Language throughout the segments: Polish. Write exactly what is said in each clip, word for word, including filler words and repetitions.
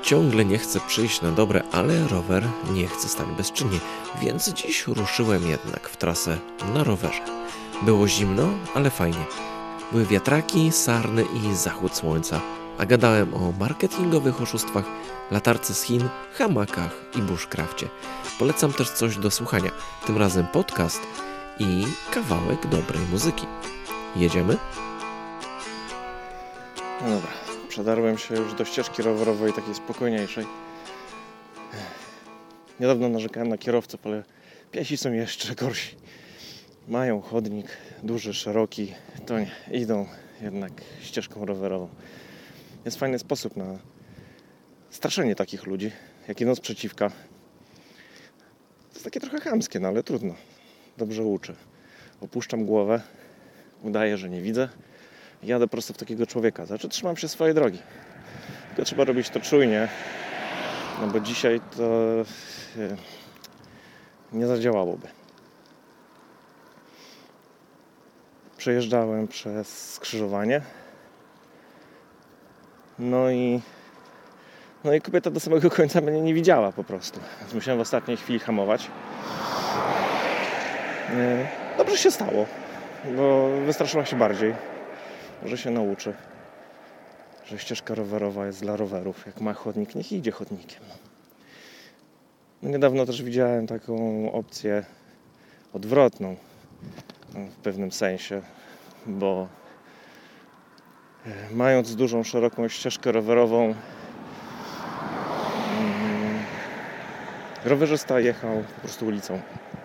ciągle nie chce przyjść na dobre, ale rower nie chce stać bezczynnie, więc dziś ruszyłem jednak w trasę na rowerze. Było zimno, ale fajnie. Były wiatraki, sarny i zachód słońca, a gadałem o marketingowych oszustwach, latarce z Chin, hamakach i bushcrafcie. Polecam też coś do słuchania, tym razem podcast i kawałek dobrej muzyki. Jedziemy? No dobra, przedarłem się już do ścieżki rowerowej, takiej spokojniejszej. Niedawno narzekałem na kierowców, ale piesi są jeszcze gorsi. Mają chodnik duży, szeroki, to nie, idą jednak ścieżką rowerową. Jest fajny sposób na straszenie takich ludzi, jak idą sprzeciwka. To jest takie trochę chamskie, no ale trudno. Dobrze uczy. Opuszczam głowę, udaję, że nie widzę. Jadę prosto w takiego człowieka. Znaczy trzymam się swojej drogi. Tylko trzeba robić to czujnie, no bo dzisiaj to nie zadziałałoby. Przejeżdżałem przez skrzyżowanie. No i no i kobieta do samego końca mnie nie widziała po prostu. Więc musiałem w ostatniej chwili hamować. Dobrze się stało, bo wystraszyła się bardziej. Może się nauczy, że ścieżka rowerowa jest dla rowerów. Jak ma chodnik, niech idzie chodnikiem. No niedawno też widziałem taką opcję odwrotną w pewnym sensie, bo mając dużą, szeroką ścieżkę rowerową, rowerzysta jechał po prostu ulicą.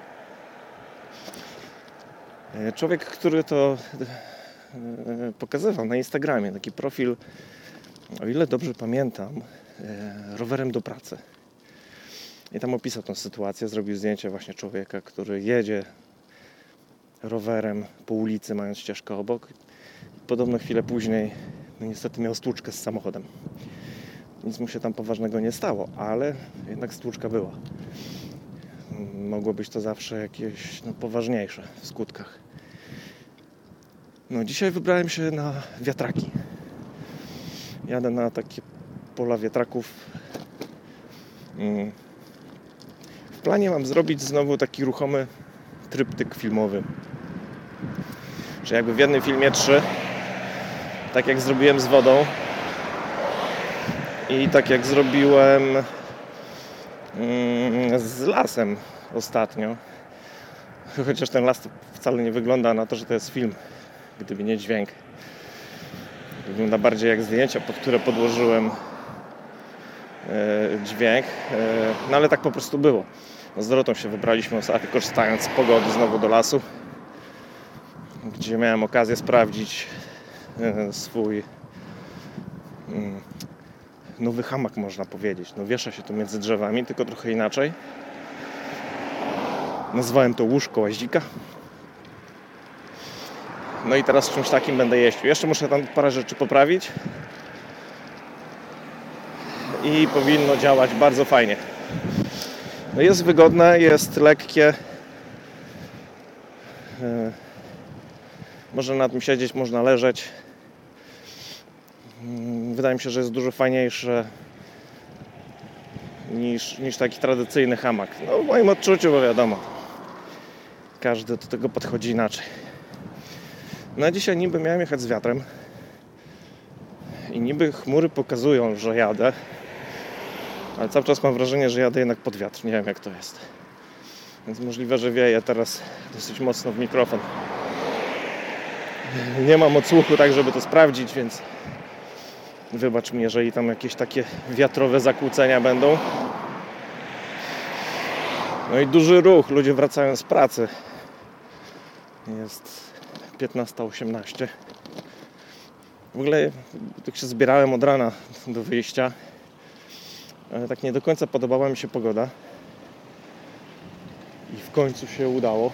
Człowiek, który to pokazywał na Instagramie, taki profil, o ile dobrze pamiętam, rowerem do pracy. I tam opisał tę sytuację, zrobił zdjęcie właśnie człowieka, który jedzie rowerem po ulicy, mając ścieżkę obok. Podobno chwilę później no niestety miał stłuczkę z samochodem. Nic mu się tam poważnego nie stało, ale jednak stłuczka była. Mogło być to zawsze jakieś no, poważniejsze w skutkach. No dzisiaj wybrałem się na wiatraki. Jadę na takie pola wiatraków. W planie mam zrobić znowu taki ruchomy tryptyk filmowy. Że jakby w jednym filmie trzy, tak jak zrobiłem z wodą i tak jak zrobiłem z lasem ostatnio. Chociaż ten las wcale nie wygląda na to, że to jest film, gdyby nie dźwięk. Wygląda bardziej jak zdjęcia, pod które podłożyłem e, dźwięk. E, no ale tak po prostu było. No z Dorotą się wybraliśmy ostatnio, korzystając z pogody, znowu do lasu, gdzie miałem okazję sprawdzić e, swój mm, nowy hamak, można powiedzieć. No wiesza się tu między drzewami, tylko trochę inaczej. Nazwałem to łóżko łaździka. No i teraz czymś takim będę jeździł. Jeszcze muszę tam parę rzeczy poprawić. I powinno działać bardzo fajnie. No jest wygodne, jest lekkie. Yy, można na tym siedzieć, można leżeć. Yy, wydaje mi się, że jest dużo fajniejsze niż, niż taki tradycyjny hamak. No w moim odczuciu, bo wiadomo, każdy do tego podchodzi inaczej. No dzisiaj niby miałem jechać z wiatrem i niby chmury pokazują, że jadę, ale cały czas mam wrażenie, że jadę jednak pod wiatr. Nie wiem, jak to jest. Więc możliwe, że wieje teraz dosyć mocno w mikrofon. Nie mam odsłuchu tak, żeby to sprawdzić, więc wybacz mi, jeżeli tam jakieś takie wiatrowe zakłócenia będą. No i duży ruch, ludzie wracają z pracy. Jest piętnasta osiemnaście. W ogóle tak się zbierałem od rana do wyjścia, ale tak nie do końca podobała mi się pogoda i w końcu się udało.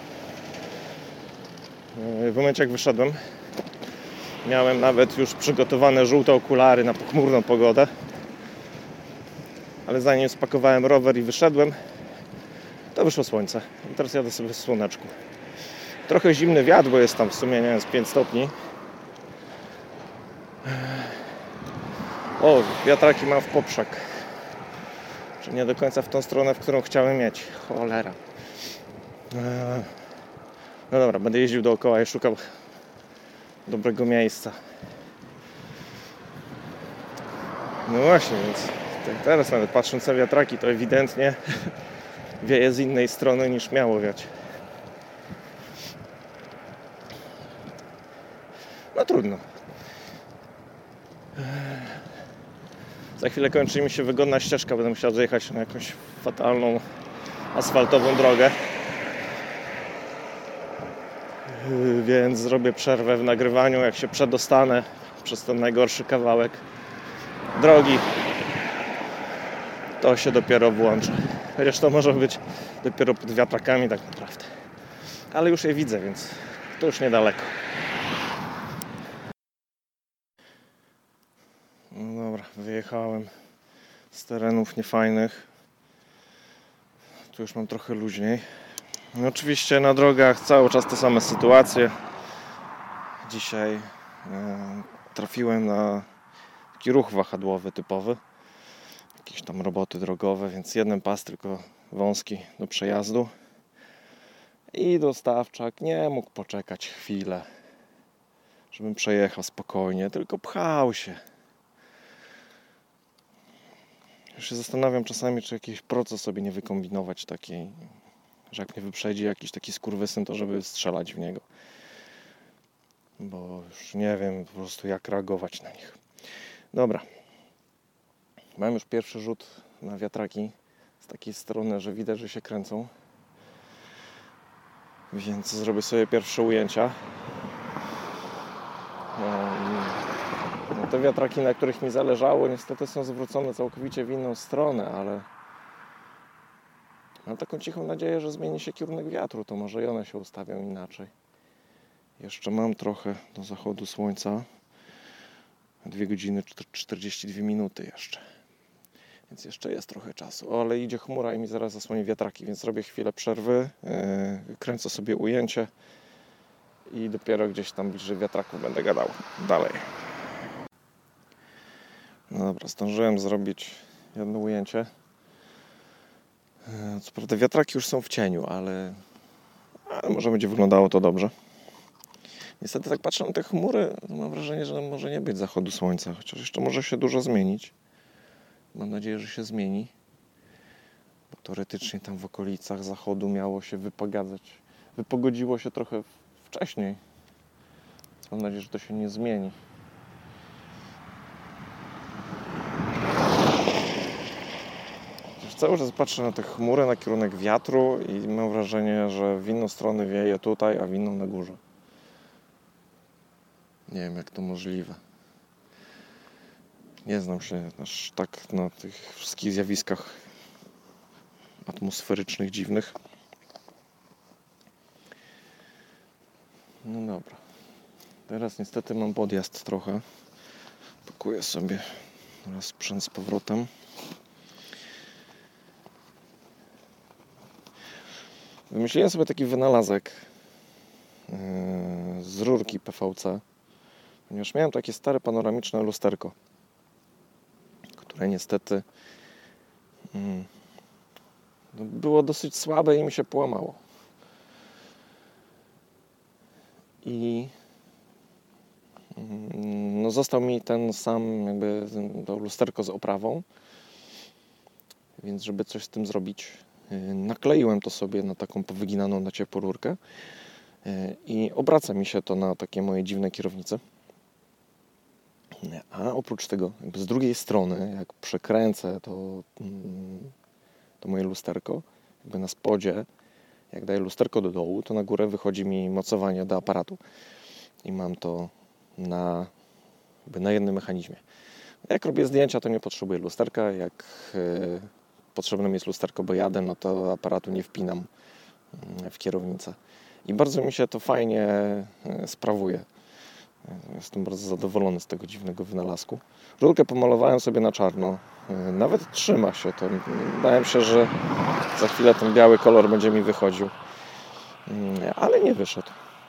W momencie jak wyszedłem, miałem nawet już przygotowane żółte okulary na pochmurną pogodę, ale zanim spakowałem rower i wyszedłem, to wyszło słońce i teraz jadę sobie w słoneczku. Trochę zimny wiatr, bo jest tam w sumie, nie wiem, z pięć stopni. O, wiatraki mam w poprzek. Czy nie do końca w tą stronę, w którą chciałem mieć. Cholera. No dobra, będę jeździł dookoła i szukał dobrego miejsca. No właśnie, więc teraz nawet patrząc na wiatraki, to ewidentnie wieje z innej strony niż miało wiać. No trudno. Za chwilę kończy mi się wygodna ścieżka, będę musiał zjechać na jakąś fatalną asfaltową drogę. Więc zrobię przerwę w nagrywaniu, jak się przedostanę przez ten najgorszy kawałek drogi, to się dopiero włączę. Chociaż to może być dopiero pod wiatrakami tak naprawdę. Ale już je widzę, więc to już niedaleko. No dobra, wyjechałem z terenów niefajnych. Tu już mam trochę luźniej. No oczywiście na drogach cały czas te same sytuacje. Dzisiaj e, trafiłem na taki ruch wahadłowy typowy. Jakieś tam roboty drogowe, więc jeden pas tylko wąski do przejazdu. I dostawczak nie mógł poczekać chwilę, żebym przejechał spokojnie, tylko pchał się. Już się zastanawiam czasami, czy jakiś proces sobie nie wykombinować taki, że jak mnie wyprzedzi jakiś taki skurwysyn, to żeby strzelać w niego. Bo już nie wiem po prostu jak reagować na nich. Dobra. Mam już pierwszy rzut na wiatraki z takiej strony, że widać, że się kręcą. Więc zrobię sobie pierwsze ujęcia. No, te wiatraki, na których mi zależało, niestety są zwrócone całkowicie w inną stronę, ale mam taką cichą nadzieję, że zmieni się kierunek wiatru, to może i one się ustawią inaczej. Jeszcze mam trochę do zachodu słońca. dwie godziny czterdzieści dwie minuty jeszcze. Więc jeszcze jest trochę czasu. O, ale idzie chmura i mi zaraz zasłoni wiatraki, więc zrobię chwilę przerwy, yy, kręcę sobie ujęcie i dopiero gdzieś tam bliżej wiatraków będę gadał dalej. No dobra, zdążyłem zrobić jedno ujęcie. Yy, co prawda wiatraki już są w cieniu, ale, ale może będzie wyglądało to dobrze. Niestety tak patrzę na te chmury, mam wrażenie, że może nie być zachodu słońca, chociaż jeszcze może się dużo zmienić. Mam nadzieję, że się zmieni, bo teoretycznie tam w okolicach zachodu miało się wypogodzać. Wypogodziło się trochę wcześniej. Mam nadzieję, że to się nie zmieni. Już cały czas patrzę na te chmury, na kierunek wiatru i mam wrażenie, że w inną stronę wieje tutaj, a w inną na górze. Nie wiem, jak to możliwe. Nie znam się aż tak na tych wszystkich zjawiskach atmosferycznych, dziwnych. No dobra. Teraz niestety mam podjazd trochę. Pakuję sobie teraz sprzęt z powrotem. Wymyśliłem sobie taki wynalazek yy, z rurki P V C, ponieważ miałem takie stare panoramiczne lusterko, które niestety mm, było dosyć słabe i mi się połamało. I mm, no został mi ten sam jakby to lusterko z oprawą, więc żeby coś z tym zrobić, yy, nakleiłem to sobie na taką powyginaną na ciepło rurkę yy, i obraca mi się to na takie moje dziwne kierownice. A oprócz tego, jakby z drugiej strony, jak przekręcę to, to moje lusterko, jakby na spodzie, jak daję lusterko do dołu, to na górę wychodzi mi mocowanie do aparatu. I mam to na, jakby na jednym mechanizmie. Jak robię zdjęcia, to nie potrzebuję lusterka. Jak yy, potrzebne mi jest lusterko, bo jadę, no to aparatu nie wpinam yy, w kierownicę. I bardzo mi się to fajnie yy, sprawuje. Jestem bardzo zadowolony z tego dziwnego wynalazku. Rurkę pomalowałem sobie na czarno. Nawet trzyma się to. Bałem się, że za chwilę ten biały kolor będzie mi wychodził. Ale nie wyszedł.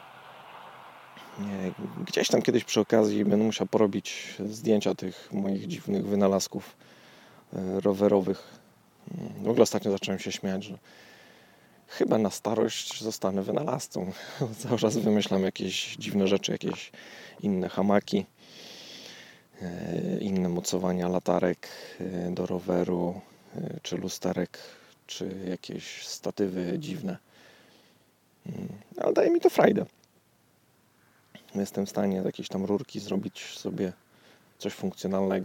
Gdzieś tam kiedyś przy okazji będę musiał porobić zdjęcia tych moich dziwnych wynalazków rowerowych W ogóle ostatnio zacząłem się śmiać, że chyba na starość zostanę wynalazcą. Cały czas wymyślam jakieś dziwne rzeczy, jakieś inne hamaki, inne mocowania latarek do roweru, czy lusterek, czy jakieś statywy dziwne. Ale daje mi to frajdę. Jestem w stanie z jakiejś tam rurki zrobić sobie coś funkcjonalnego.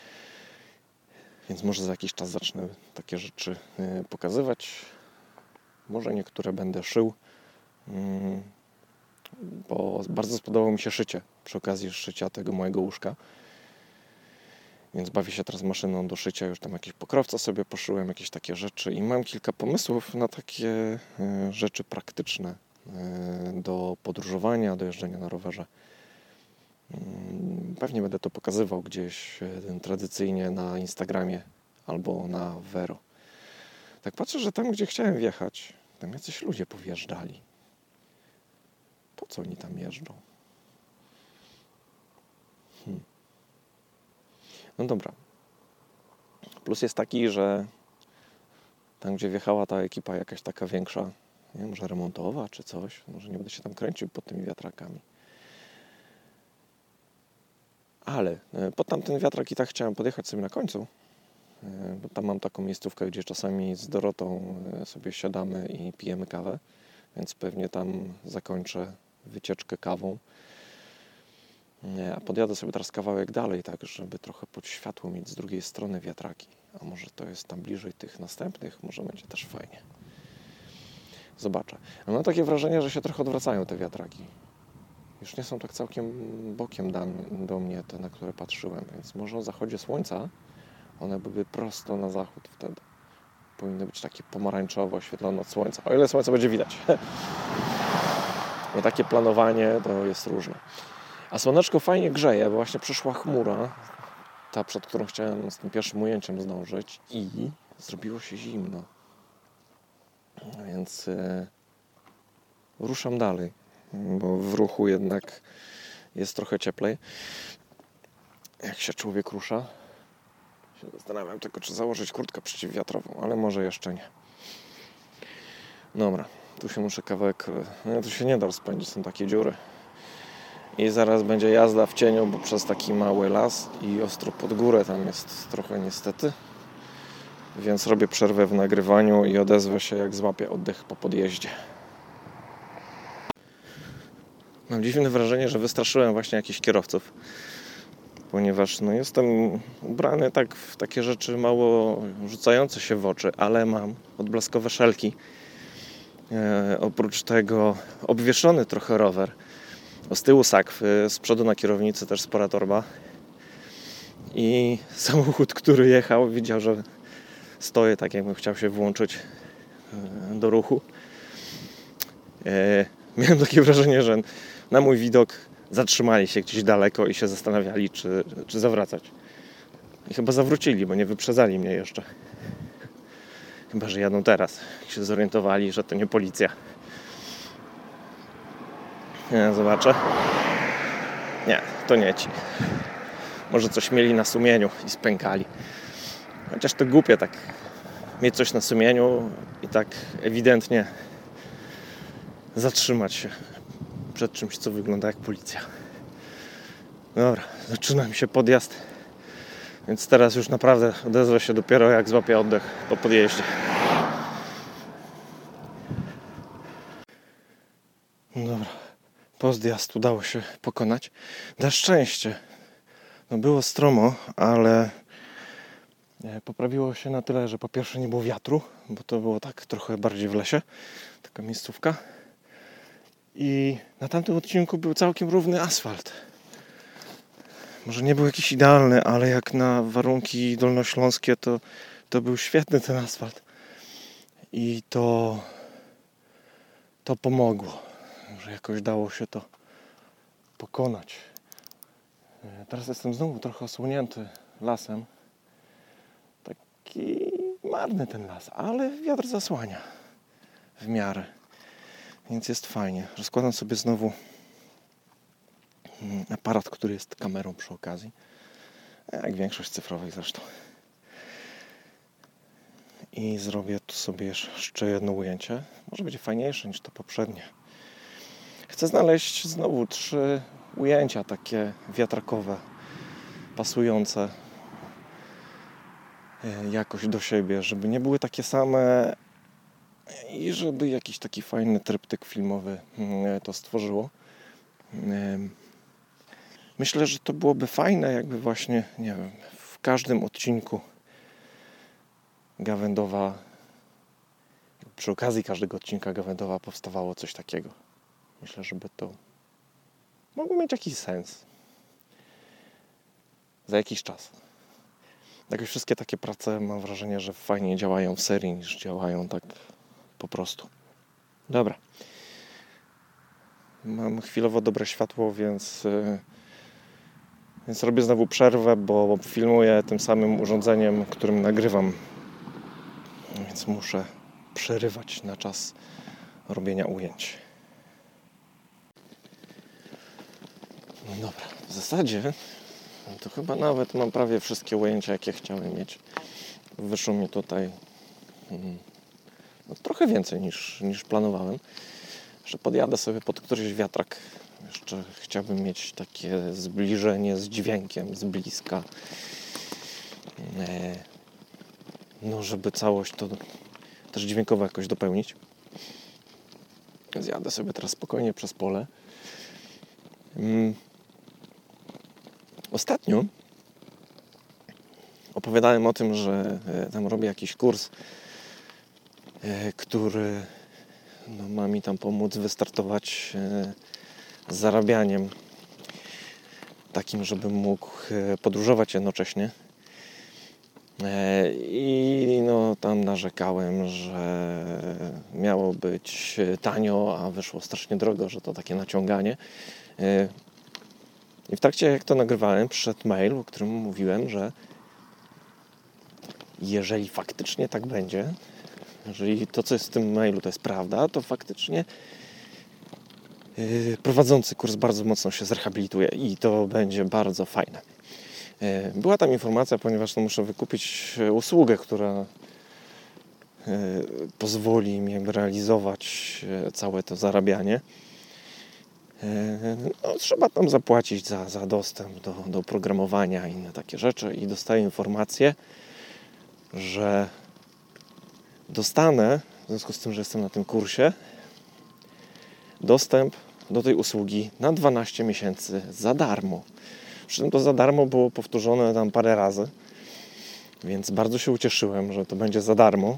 Więc może za jakiś czas zacznę takie rzeczy pokazywać. Może niektóre będę szył, bo bardzo spodobało mi się szycie przy okazji szycia tego mojego łóżka. Więc bawię się teraz maszyną do szycia, już tam jakieś pokrowca sobie poszyłem, jakieś takie rzeczy i mam kilka pomysłów na takie rzeczy praktyczne do podróżowania, do jeżdżenia na rowerze. Pewnie będę to pokazywał gdzieś tradycyjnie na Instagramie albo na Vero. Tak patrzę, że tam, gdzie chciałem wjechać, tam jacyś ludzie powjeżdżali. Po co oni tam jeżdżą? Hmm. No dobra. Plus jest taki, że tam, gdzie wjechała ta ekipa jakaś taka większa, nie wiem, może remontowa czy coś, może nie będę się tam kręcił pod tymi wiatrakami. Ale pod tamten wiatrak i tak chciałem podjechać sobie na końcu, bo tam mam taką miejscówkę, gdzie czasami z Dorotą sobie siadamy i pijemy kawę, więc pewnie tam zakończę wycieczkę kawą. A podjadę sobie teraz kawałek dalej, tak, żeby trochę pod światło mieć z drugiej strony wiatraki. A może to jest tam bliżej tych następnych, może będzie też fajnie. Zobaczę. Mam takie wrażenie, że się trochę odwracają te wiatraki. Już nie są tak całkiem bokiem do mnie te, na które patrzyłem, więc może o zachodzie słońca one były prosto na zachód wtedy. Powinny być takie pomarańczowo oświetlone od słońca, o ile słońce będzie widać. Bo takie planowanie to jest różne. A słoneczko fajnie grzeje, bo właśnie przyszła chmura, ta, przed którą chciałem z tym pierwszym ujęciem zdążyć i zrobiło się zimno. Więc e, ruszam dalej, bo w ruchu jednak jest trochę cieplej. Jak się człowiek rusza, się zastanawiam tylko, czy założyć kurtkę przeciwwiatrową, ale może jeszcze nie. Dobra, tu się muszę kawałek, no tu się nie da rozpędzić, są takie dziury. I zaraz będzie jazda w cieniu, bo przez taki mały las i ostro pod górę tam jest trochę niestety. Więc robię przerwę w nagrywaniu i odezwę się, jak złapię oddech po podjeździe. Mam dziwne wrażenie, że wystraszyłem właśnie jakichś kierowców. Ponieważ no, jestem ubrany tak w takie rzeczy mało rzucające się w oczy, ale mam odblaskowe szelki. E, oprócz tego obwieszony trochę rower. Z tyłu sakw, z przodu na kierownicy też spora torba. I samochód, który jechał, widział, że stoję tak, jakbym chciał się włączyć do ruchu. E, miałem takie wrażenie, że na mój widok zatrzymali się gdzieś daleko i się zastanawiali, czy, czy zawracać. I chyba zawrócili, bo nie wyprzedzali mnie jeszcze. Chyba że jadą teraz. Jak się zorientowali, że to nie policja. Nie, zobaczę. Nie, to nie ci. Może coś mieli na sumieniu i spękali. Chociaż to głupie tak mieć coś na sumieniu i tak ewidentnie zatrzymać się przed czymś, co wygląda jak policja. Dobra, zaczyna mi się podjazd, więc teraz już naprawdę odezwę się dopiero, jak złapię oddech po podjeździe. Dobra, podjazd udało się pokonać. Na szczęście. No było stromo, ale poprawiło się na tyle, że po pierwsze nie było wiatru, bo to było tak trochę bardziej w lesie, taka miejscówka. I na tamtym odcinku był całkiem równy asfalt. Może nie był jakiś idealny, ale jak na warunki dolnośląskie to, to był świetny ten asfalt. I to, to pomogło, że jakoś dało się to pokonać. Teraz jestem znowu trochę osłonięty lasem. Taki marny ten las, ale wiatr zasłania w miarę. Więc jest fajnie. Rozkładam sobie znowu aparat, który jest kamerą przy okazji. Jak większość cyfrowych zresztą. I zrobię tu sobie jeszcze jedno ujęcie. Może będzie fajniejsze niż to poprzednie. Chcę znaleźć znowu trzy ujęcia takie wiatrakowe, pasujące jakoś do siebie, żeby nie były takie same i żeby jakiś taki fajny tryptyk filmowy to stworzyło. Myślę, że to byłoby fajne, jakby właśnie, nie wiem, w każdym odcinku Gawędowa, przy okazji każdego odcinka Gawędowa powstawało coś takiego. Myślę, żeby to mogło mieć jakiś sens. Za jakiś czas. Jakoś wszystkie takie prace mam wrażenie, że fajniej działają w serii niż działają tak po prostu. Dobra. Mam chwilowo dobre światło, więc, yy, więc robię znowu przerwę, bo filmuję tym samym urządzeniem, którym nagrywam. Więc muszę przerywać na czas robienia ujęć. No dobra, w zasadzie to chyba nawet mam prawie wszystkie ujęcia, jakie chciałem mieć. Wyszło mi tutaj no, trochę więcej niż, niż planowałem. Że podjadę sobie pod któryś wiatrak. Jeszcze chciałbym mieć takie zbliżenie z dźwiękiem z bliska. No, żeby całość to też dźwiękowo jakoś dopełnić. Zjadę sobie teraz spokojnie przez pole. Hmm. Ostatnio opowiadałem o tym, że tam robię jakiś kurs, który no, ma mi tam pomóc wystartować z zarabianiem takim, żebym mógł podróżować jednocześnie. I no, tam narzekałem, że miało być tanio, a wyszło strasznie drogo, że to takie naciąganie. I w trakcie, jak to nagrywałem, przyszedł mail, o którym mówiłem, że jeżeli faktycznie tak będzie, jeżeli to, co jest w tym mailu, to jest prawda, to faktycznie yy, prowadzący kurs bardzo mocno się zrehabilituje i to będzie bardzo fajne. Yy, była tam informacja, ponieważ no, muszę wykupić usługę, która yy, pozwoli mi jakby realizować yy, całe to zarabianie. No, trzeba tam zapłacić za, za dostęp do, do oprogramowania i inne takie rzeczy i dostaję informację, że dostanę, w związku z tym, że jestem na tym kursie, dostęp do tej usługi na dwanaście miesięcy za darmo. Przy czym to za darmo było powtórzone tam parę razy, więc bardzo się ucieszyłem, że to będzie za darmo.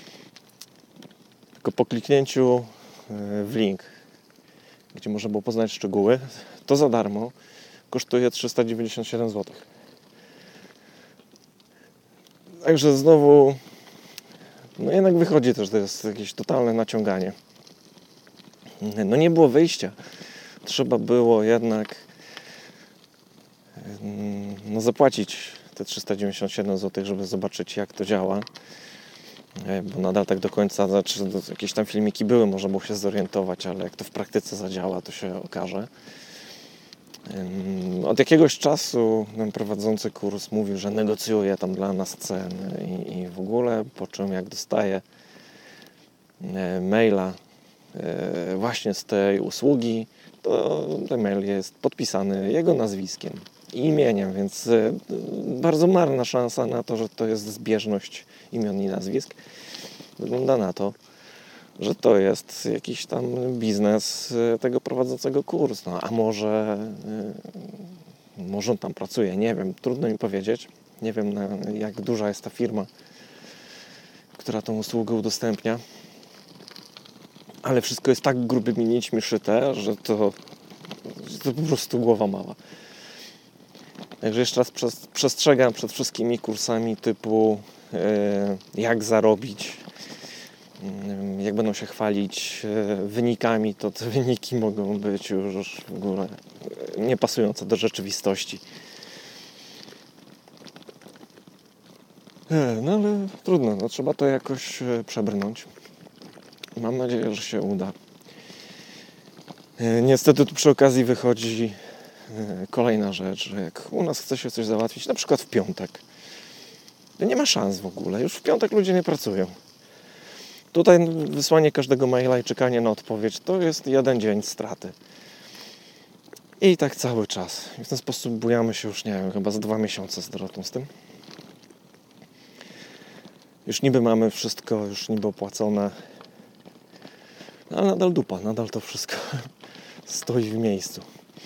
Tylko po kliknięciu w link, gdzie można było poznać szczegóły, to za darmo kosztuje trzysta dziewięćdziesiąt siedem złotych. Także znowu, no jednak wychodzi też, że to jest jakieś totalne naciąganie. No nie było wyjścia. Trzeba było jednak no, zapłacić te trzysta dziewięćdziesiąt siedem złotych, żeby zobaczyć, jak to działa. Bo nadal tak do końca, znaczy jakieś tam filmiki były, można było się zorientować, ale jak to w praktyce zadziała, to się okaże. Od jakiegoś czasu ten prowadzący kurs mówił, że negocjuje tam dla nas ceny i, i w ogóle, po czym jak dostaję maila właśnie z tej usługi, to ten mail jest podpisany jego nazwiskiem i imieniem, więc bardzo marna szansa na to, że to jest zbieżność imion i nazwisk. Wygląda na to, że to jest jakiś tam biznes tego prowadzącego kurs. No, a może, może on tam pracuje, nie wiem, trudno mi powiedzieć. Nie wiem, na, jak duża jest ta firma, która tą usługę udostępnia. Ale wszystko jest tak grubymi nićmi szyte, że to, że to po prostu głowa mała. Także jeszcze raz przestrzegam przed wszystkimi kursami typu yy, jak zarobić, yy, jak będą się chwalić yy, wynikami, to te wyniki mogą być już w ogóle niepasujące do rzeczywistości. Yy, no ale trudno, no, trzeba to jakoś yy, przebrnąć. Mam nadzieję, że się uda. Yy, niestety tu przy okazji wychodzi kolejna rzecz, że jak u nas chce się coś załatwić, na przykład w piątek, Nie ma szans w ogóle. Już w piątek ludzie nie pracują. Tutaj wysłanie każdego maila i czekanie na odpowiedź to jest jeden dzień straty. I tak cały czas. I w ten sposób bujamy się już, nie wiem, chyba za dwa miesiące z Dorotą z tym. Już niby mamy wszystko, już niby opłacone. No, ale nadal dupa, nadal to wszystko stoi w miejscu.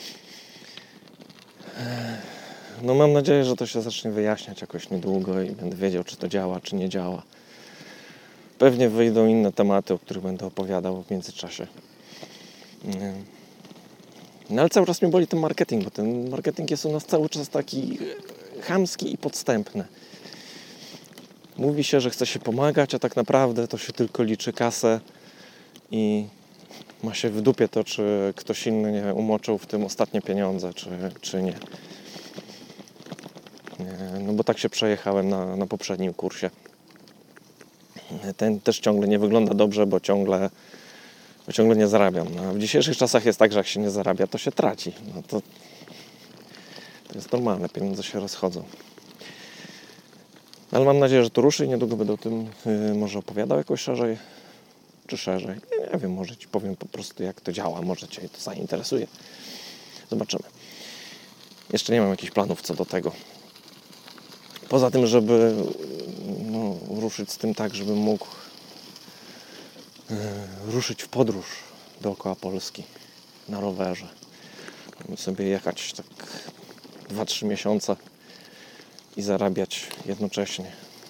No mam nadzieję, że to się zacznie wyjaśniać jakoś niedługo i będę wiedział, czy to działa, czy nie działa. Pewnie wyjdą inne tematy, o których będę opowiadał w międzyczasie. No ale cały czas mnie boli ten marketing, bo ten marketing jest u nas cały czas taki chamski i podstępny. Mówi się, że chce się pomagać, a tak naprawdę to się tylko liczy kasę i ma się w dupie to, czy ktoś inny nie umoczył w tym ostatnie pieniądze, czy, czy nie. No bo tak się przejechałem na, na poprzednim kursie. Ten też ciągle nie wygląda dobrze, bo ciągle, bo ciągle nie zarabiam. No, w dzisiejszych czasach jest tak, że jak się nie zarabia, to się traci. No to, to jest normalne, pieniądze się rozchodzą. Ale mam nadzieję, że to ruszy i niedługo będę o tym yy, może opowiadał jakoś szerzej, czy szerzej. Nie, nie wiem, może Ci powiem po prostu, jak to działa, może Cię to zainteresuje. Zobaczymy. Jeszcze nie mam jakichś planów co do tego. Poza tym, żeby no, ruszyć z tym tak, żebym mógł yy, ruszyć w podróż dookoła Polski na rowerze. Sobie jechać tak dwa trzy miesiące i zarabiać jednocześnie.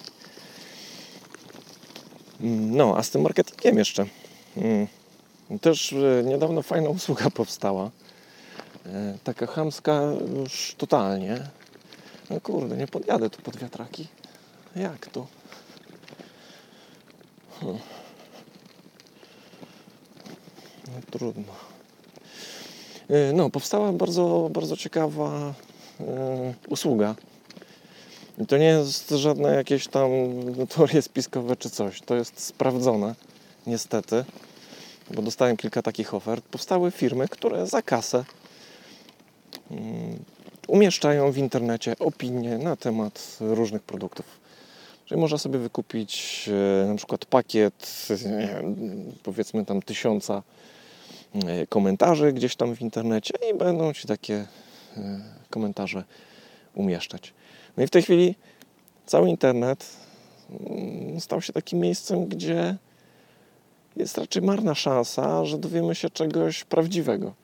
No, a z tym marketingiem jeszcze. Też niedawno fajna usługa powstała. Taka chamska już totalnie. No kurde, nie podjadę tu pod wiatraki. Jak to? Hmm. No trudno. No, powstała bardzo, bardzo ciekawa yy, usługa. I to nie jest żadne jakieś tam teorie spiskowe czy coś. To jest sprawdzone, niestety, bo dostałem kilka takich ofert. Powstały firmy, które za kasę yy, umieszczają w internecie opinie na temat różnych produktów. Czyli można sobie wykupić yy, na przykład pakiet, nie wiem, powiedzmy tam tysiąca yy, komentarzy gdzieś tam w internecie i będą Ci takie yy, komentarze umieszczać. No i w tej chwili cały internet stał się takim miejscem, gdzie jest raczej marna szansa, że dowiemy się czegoś prawdziwego.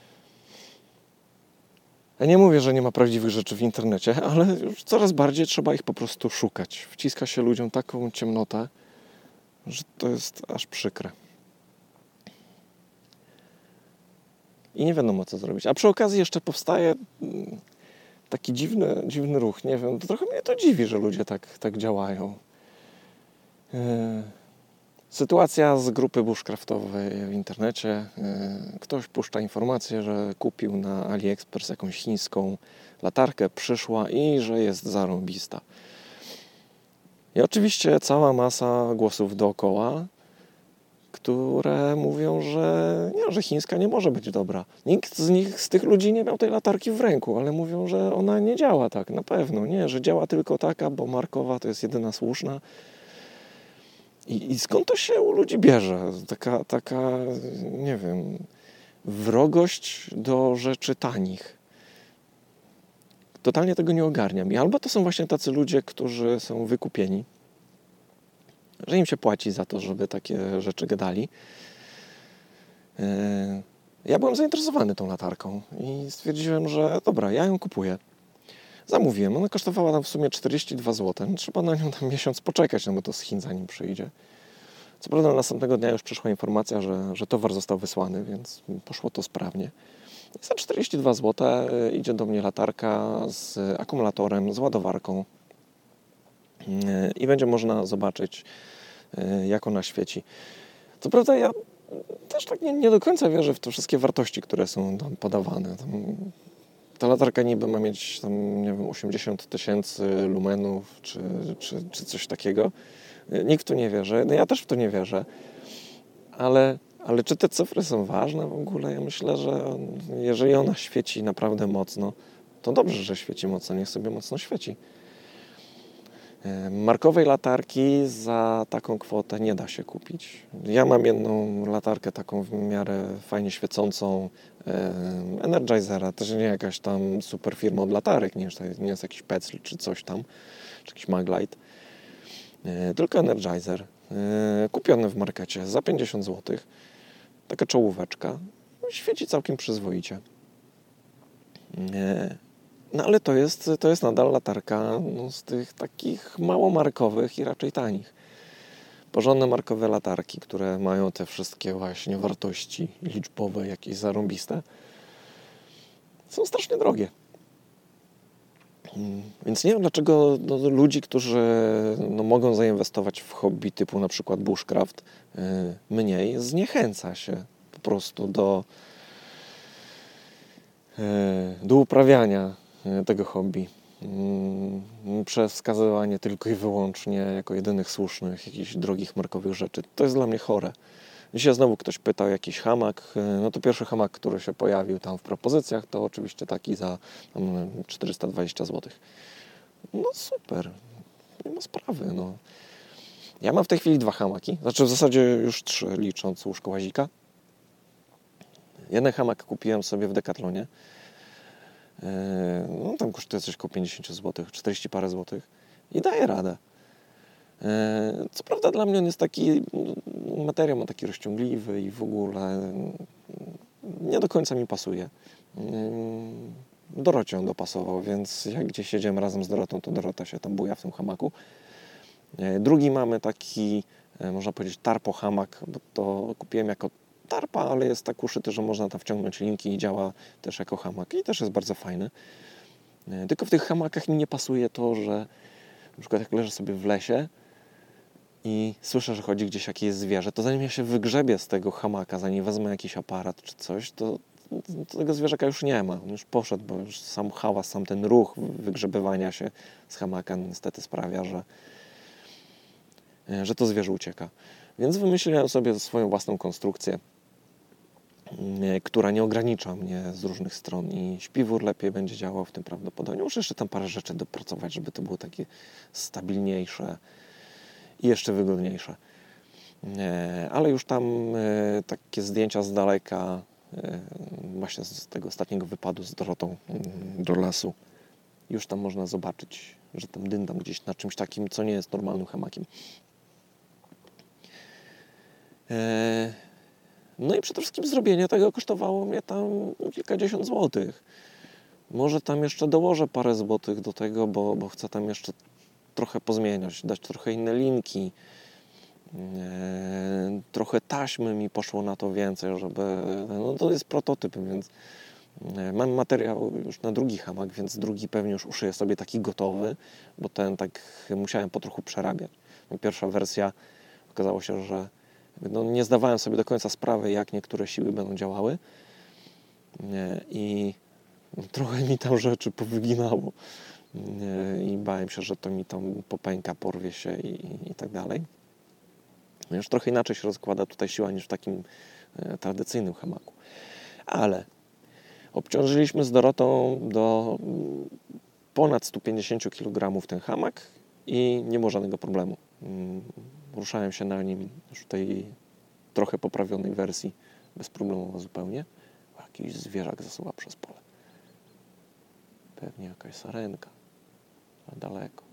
Ja nie mówię, że nie ma prawdziwych rzeczy w internecie, ale już coraz bardziej trzeba ich po prostu szukać. Wciska się ludziom taką ciemnotę, że to jest aż przykre. I nie wiadomo, co zrobić. A przy okazji jeszcze powstaje taki dziwny, dziwny ruch. Nie wiem, to trochę mnie to dziwi, że ludzie tak, tak działają. Yy, sytuacja z grupy bushcraftowej w internecie. Yy, ktoś puszcza informację, że kupił na AliExpress jakąś chińską latarkę, przyszła i że jest zarąbista. I oczywiście cała masa głosów dookoła, które mówią, że nie, że chińska nie może być dobra. Nikt z nich, z tych ludzi nie miał tej latarki w ręku, ale mówią, że ona nie działa tak, na pewno. Nie, że działa tylko taka, bo markowa to jest jedyna słuszna. I, i skąd to się u ludzi bierze? Taka, taka, nie wiem, wrogość do rzeczy tanich. Totalnie tego nie ogarniam. I albo to są właśnie tacy ludzie, którzy są wykupieni, że im się płaci za to, żeby takie rzeczy gadali. Ja byłem zainteresowany tą latarką i stwierdziłem, że dobra, ja ją kupuję. Zamówiłem. Ona kosztowała tam w sumie czterdzieści dwa złote. Trzeba na nią tam miesiąc poczekać, no bo to z Chin zanim przyjdzie. Co prawda następnego dnia już przyszła informacja, że, że towar został wysłany, więc poszło to sprawnie. I za czterdzieści dwa złote idzie do mnie latarka z akumulatorem, z ładowarką i będzie można zobaczyć, jak ona świeci. Co prawda ja też tak nie, nie do końca wierzę w te wszystkie wartości, które są tam podawane. Tam, ta latarka niby ma mieć tam, nie wiem, osiemdziesiąt tysięcy lumenów, czy, czy, czy coś takiego. Nikt w to nie wierzy. No ja też w to nie wierzę. Ale, ale czy te cyfry są ważne w ogóle? Ja myślę, że jeżeli ona świeci naprawdę mocno, to dobrze, że świeci mocno. Niech sobie mocno świeci. Markowej latarki za taką kwotę nie da się kupić. Ja mam jedną latarkę taką w miarę fajnie świecącą, Energizera, też nie jakaś tam super firma od latarek, nie, nie jest jakiś Pecl czy coś tam, czy jakiś Maglite, tylko Energizer, kupiony w markecie za pięćdziesiąt złotych, taka czołóweczka, świeci całkiem przyzwoicie. No ale to jest, to jest nadal latarka no, z tych takich małomarkowych i raczej tanich. Porządne markowe latarki, które mają te wszystkie właśnie wartości liczbowe, jakieś zarąbiste, są strasznie drogie. Więc nie wiem, dlaczego no, ludzi, którzy no, mogą zainwestować w hobby typu na przykład bushcraft, yy, mniej, zniechęca się po prostu do, yy, do uprawiania tego hobby. Yy, przez wskazywanie tylko i wyłącznie jako jedynych słusznych jakichś drogich markowych rzeczy. To jest dla mnie chore. Dzisiaj znowu ktoś pytał o jakiś hamak. No to pierwszy hamak, który się pojawił tam w propozycjach, to oczywiście taki za tam, czterysta dwadzieścia złotych. No super, nie ma sprawy. No. Ja mam w tej chwili dwa hamaki, znaczy w zasadzie już trzy, licząc łóżko łazika. Jeden hamak kupiłem sobie w Decathlonie. No tam kosztuje coś około pięćdziesiąt złotych, czterdzieści parę złotych i daje radę. Co prawda dla mnie on jest taki, materiał ma taki rozciągliwy i w ogóle nie do końca mi pasuje. Dorocie on dopasował, więc jak gdzieś siedziałem razem z Dorotą, to Dorota się tam buja w tym hamaku. Drugi mamy taki, można powiedzieć, tarpo hamak, bo to kupiłem jako tarpa, ale jest tak uszyty, że można tam wciągnąć linki i działa też jako hamak i też jest bardzo fajny. Tylko w tych hamakach mi nie pasuje to, że na przykład jak leżę sobie w lesie i słyszę, że chodzi gdzieś jakieś zwierzę, to zanim ja się wygrzebię z tego hamaka, zanim wezmę jakiś aparat czy coś, to, to tego zwierzaka już nie ma. On już poszedł, bo już sam hałas, sam ten ruch wygrzebywania się z hamaka niestety sprawia, że, że to zwierzę ucieka. Więc wymyśliłem sobie swoją własną konstrukcję, która nie ogranicza mnie z różnych stron i śpiwór lepiej będzie działał w tym prawdopodobnie. Muszę jeszcze tam parę rzeczy dopracować, żeby to było takie stabilniejsze i jeszcze wygodniejsze. Ale już tam takie zdjęcia z daleka, właśnie z tego ostatniego wypadu z Dorotą do lasu, już tam można zobaczyć, że tam dyndam gdzieś na czymś takim, co nie jest normalnym hamakiem. No i przede wszystkim zrobienie tego kosztowało mnie tam kilkadziesiąt złotych. Może tam jeszcze dołożę parę złotych do tego, bo, bo chcę tam jeszcze trochę pozmieniać, dać trochę inne linki. E, trochę taśmy mi poszło na to więcej, żeby... No to jest prototyp, więc e, mam materiał już na drugi hamak, więc drugi pewnie już uszyję sobie taki gotowy, bo ten tak musiałem po trochu przerabiać. Pierwsza wersja okazało się, że no, nie zdawałem sobie do końca sprawy, jak niektóre siły będą działały nie, i trochę mi tam rzeczy powyginało nie, i bałem się, że to mi tam popęka, porwie się i, i tak dalej. Już trochę inaczej się rozkłada tutaj siła niż w takim e, tradycyjnym hamaku. Ale obciążyliśmy z Dorotą do ponad sto pięćdziesiąt kilogramów ten hamak i nie było żadnego problemu. Ruszałem się na nim już w tej trochę poprawionej wersji bezproblemowo zupełnie. Jakiś zwierzak zasuwa przez pole. Pewnie jakaś sarenka, a daleko.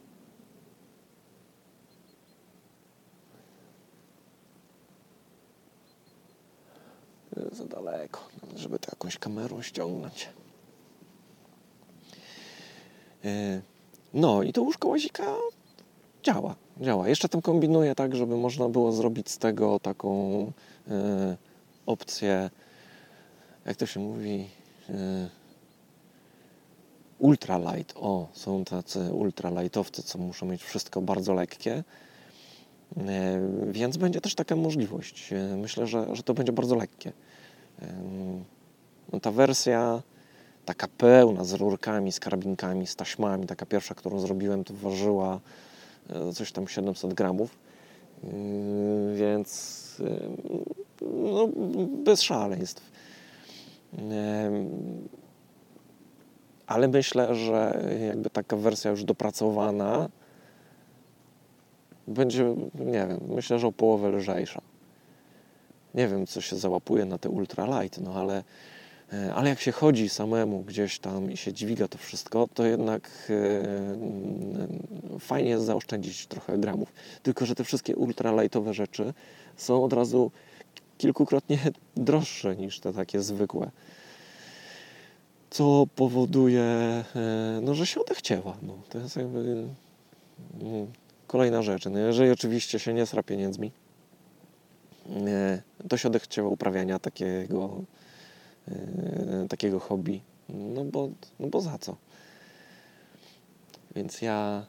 Za daleko, żeby to jakąś kamerą ściągnąć. No i to łóżko łazika działa, działa. Jeszcze tam kombinuję tak, żeby można było zrobić z tego taką e, opcję, jak to się mówi, e, ultralight. O, są tacy ultralightowcy, co muszą mieć wszystko bardzo lekkie. E, więc będzie też taka możliwość. E, myślę, że, że to będzie bardzo lekkie. E, no, ta wersja taka pełna, z rurkami, z karabinkami, z taśmami, taka pierwsza, którą zrobiłem, to ważyła coś tam siedemset gramów, yy, więc yy, no, bez szaleństw. Yy, ale myślę, że jakby taka wersja już dopracowana będzie, nie wiem, myślę, że o połowę lżejsza. Nie wiem, co się załapuje na te ultralight, no ale, ale jak się chodzi samemu gdzieś tam i się dźwiga to wszystko, to jednak e, fajnie jest zaoszczędzić trochę gramów. Tylko że te wszystkie ultralightowe rzeczy są od razu kilkukrotnie droższe niż te takie zwykłe. Co powoduje, e, no, że się odechciewa. No, to jest jakby mm, kolejna rzecz. No, jeżeli oczywiście się nie sra pieniędzmi, to się odechciewa uprawiania takiego, e, takiego hobby. No bo, no bo za co? Więc ja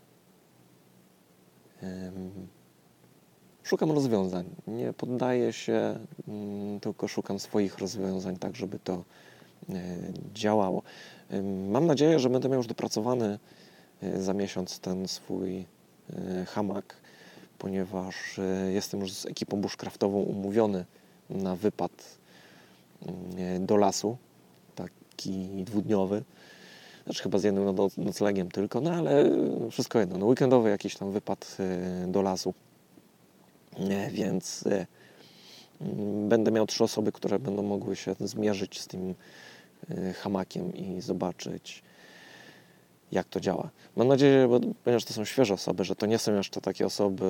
em, szukam rozwiązań. Nie poddaję się, mm, tylko szukam swoich rozwiązań, tak żeby to e, działało. Em, mam nadzieję, że będę miał już dopracowany e, za miesiąc ten swój e, hamak, ponieważ e, jestem już z ekipą bushcraftową umówiony na wypad e, do lasu, taki dwudniowy. Znaczy chyba z jednym no- noclegiem tylko, no ale wszystko jedno. No, weekendowy jakiś tam wypad e, do lasu. E, więc e, m, będę miał trzy osoby, które będą mogły się zmierzyć z tym e, hamakiem i zobaczyć, jak to działa. Mam nadzieję, bo, ponieważ to są świeże osoby, że to nie są jeszcze takie osoby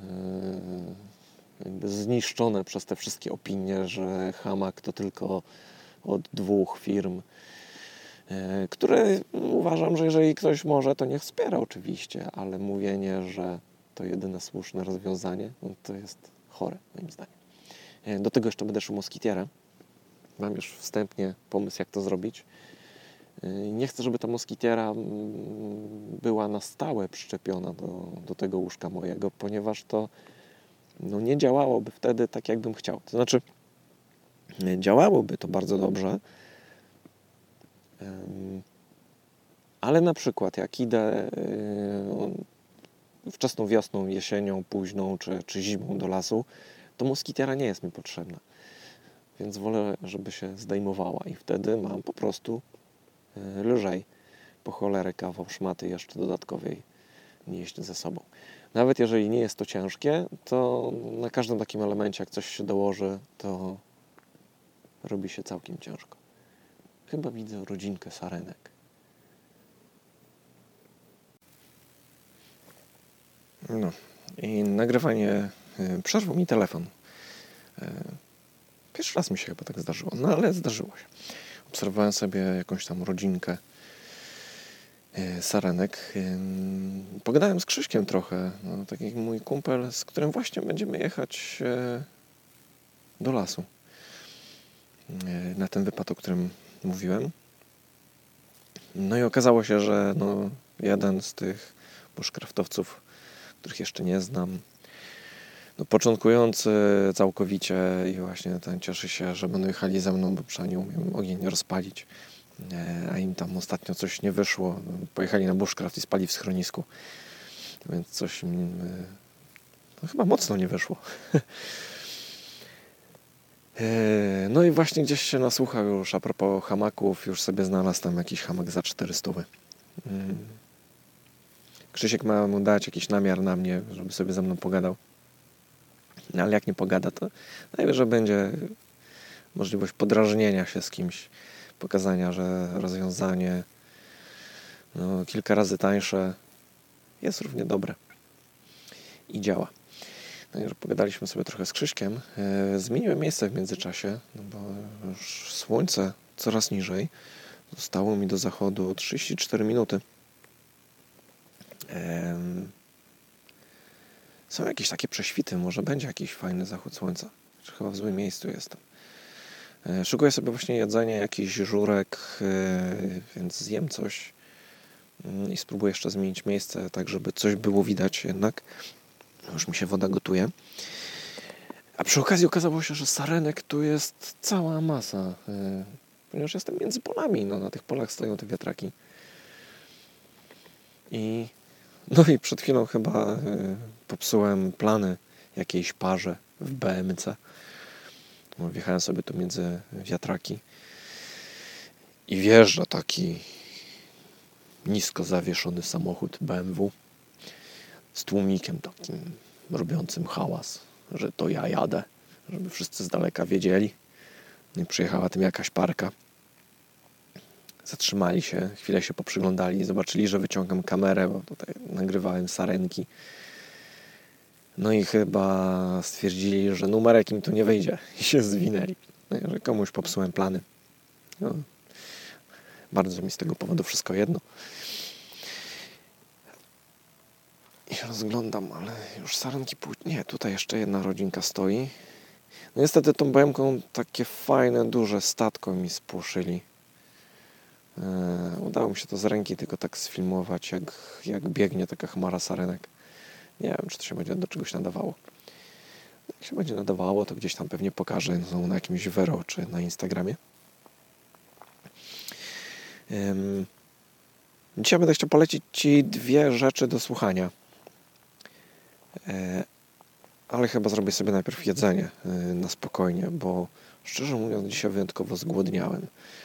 e, jakby zniszczone przez te wszystkie opinie, że hamak to tylko od dwóch firm, e, które uważam, że jeżeli ktoś może, to niech wspiera oczywiście, ale mówienie, że to jedyne słuszne rozwiązanie, no to jest chore moim zdaniem. E, do tego jeszcze będę szł moskitierem. Mam już wstępnie pomysł, jak to zrobić. Nie chcę, żeby ta moskitiera była na stałe przyczepiona do, do tego łóżka mojego, ponieważ to no, nie działałoby wtedy tak, jakbym chciał. To znaczy, działałoby to bardzo dobrze, ale na przykład jak idę wczesną wiosną, jesienią, późną czy, czy zimą do lasu, to moskitiera nie jest mi potrzebna. Więc wolę, żeby się zdejmowała i wtedy mam po prostu lżej, po cholerę kawał szmaty jeszcze dodatkowej nieść ze sobą. Nawet jeżeli nie jest to ciężkie, to na każdym takim elemencie, jak coś się dołoży, to robi się całkiem ciężko. Chyba widzę rodzinkę sarenek. No i nagrywanie przerwał mi telefon. Pierwszy raz mi się chyba tak zdarzyło, no ale zdarzyło się. Obserwowałem sobie jakąś tam rodzinkę sarenek. Pogadałem z Krzyśkiem trochę, no, taki mój kumpel, z którym właśnie będziemy jechać do lasu. Na ten wypad, o którym mówiłem. No i okazało się, że no, jeden z tych bushcraftowców, których jeszcze nie znam, no, początkujący całkowicie i właśnie ten cieszy się, że będą jechali ze mną, bo przynajmniej umiem ogień rozpalić. A im tam ostatnio coś nie wyszło. Pojechali na bushcraft i spali w schronisku. Więc coś im no, chyba mocno nie wyszło. No i właśnie gdzieś się nasłuchał już a propos hamaków. Już sobie znalazł tam jakiś hamak za czterysta. Krzysiek ma mu dać jakiś namiar na mnie, żeby sobie ze mną pogadał. No, ale jak nie pogada, to najwyżej będzie możliwość podrażnienia się z kimś. Pokazania, że rozwiązanie no, kilka razy tańsze jest równie dobre i działa. No, już pogadaliśmy sobie trochę z Krzyśkiem. E, zmieniłem miejsce w międzyczasie, no bo już słońce coraz niżej. Zostało mi do zachodu trzydzieści cztery minuty. E, są jakieś takie prześwity, może będzie jakiś fajny zachód słońca. Chyba w złym miejscu jestem. Szykuję sobie właśnie jedzenie, jakiś żurek, więc zjem coś i spróbuję jeszcze zmienić miejsce, tak żeby coś było widać jednak. Już mi się woda gotuje. A przy okazji okazało się, że sarenek tu jest cała masa, ponieważ jestem między polami. No, na tych polach stoją te wiatraki. I, no i przed chwilą chyba popsułem plany jakiejś parze w B M C. Wjechałem sobie tu między wiatraki i wjeżdża taki nisko zawieszony samochód B M W z tłumikiem takim robiącym hałas, że to ja jadę, żeby wszyscy z daleka wiedzieli. Nie przyjechała tym jakaś parka. Zatrzymali się, chwilę się poprzyglądali, zobaczyli, że wyciągam kamerę, bo tutaj nagrywałem sarenki. No i chyba stwierdzili, że numerek im tu nie wyjdzie i się zwinęli. No, że komuś popsułem plany. No, bardzo mi z tego powodu wszystko jedno. I się rozglądam, ale już sarenki pół... Nie, tutaj jeszcze jedna rodzinka stoi. No niestety tą B M ką takie fajne, duże statko mi spłoszyli. Eee, udało mi się to z ręki tylko tak sfilmować, jak, jak biegnie taka chmara sarenek. Nie wiem, czy to się będzie do czegoś nadawało. Jak się będzie nadawało, to gdzieś tam pewnie pokażę no, na jakimś Vero czy na Instagramie. Um, dzisiaj będę chciał polecić Ci dwie rzeczy do słuchania. E, ale chyba zrobię sobie najpierw jedzenie e, na spokojnie, bo szczerze mówiąc dzisiaj wyjątkowo zgłodniałem.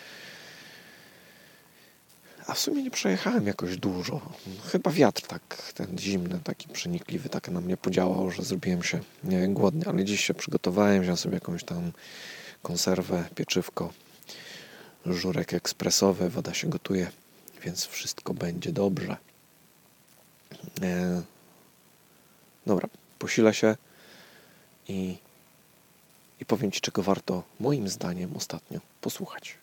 A w sumie nie przejechałem jakoś dużo. Chyba wiatr tak, ten zimny, taki przenikliwy, tak na mnie podziałał, że zrobiłem się nie, głodny. Ale dziś się przygotowałem, wziąłem sobie jakąś tam konserwę, pieczywko, żurek ekspresowy, woda się gotuje, więc wszystko będzie dobrze. E... Dobra, posilę się i, i powiem Ci, czego warto moim zdaniem ostatnio posłuchać.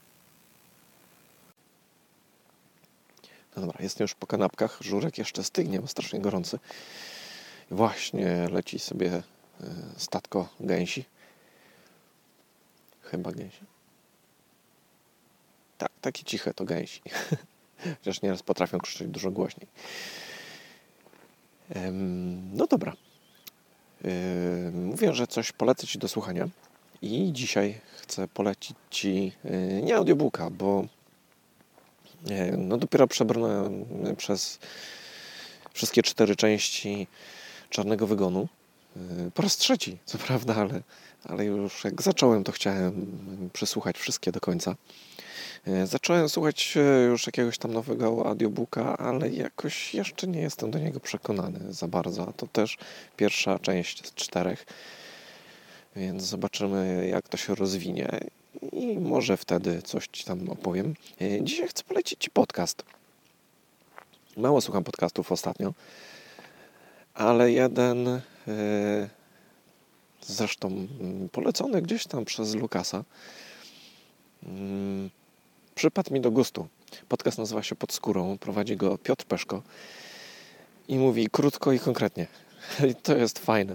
No dobra, jestem już po kanapkach, żurek jeszcze stygnie, bo strasznie gorący. Właśnie leci sobie statko gęsi. Chyba gęsi. Tak, takie ciche to gęsi. Chociaż nieraz potrafią krzyczeć dużo głośniej. No dobra. Mówię, że coś polecę Ci do słuchania. I dzisiaj chcę polecić Ci nie audiobooka, bo no dopiero przebrnąłem przez wszystkie cztery części Czarnego Wygonu. Po raz trzeci, co prawda, ale, ale już jak zacząłem, to chciałem przesłuchać wszystkie do końca. Zacząłem słuchać już jakiegoś tam nowego audiobooka, ale jakoś jeszcze nie jestem do niego przekonany za bardzo. A to też pierwsza część z czterech, więc zobaczymy, jak to się rozwinie. I może wtedy coś Ci tam opowiem. Dzisiaj chcę polecić Ci podcast. Mało słucham podcastów ostatnio, ale jeden zresztą polecony gdzieś tam przez Lukasa przypadł mi do gustu. Podcast nazywa się Pod skórą, prowadzi go Piotr Peszko i mówi krótko i konkretnie. I to jest fajne.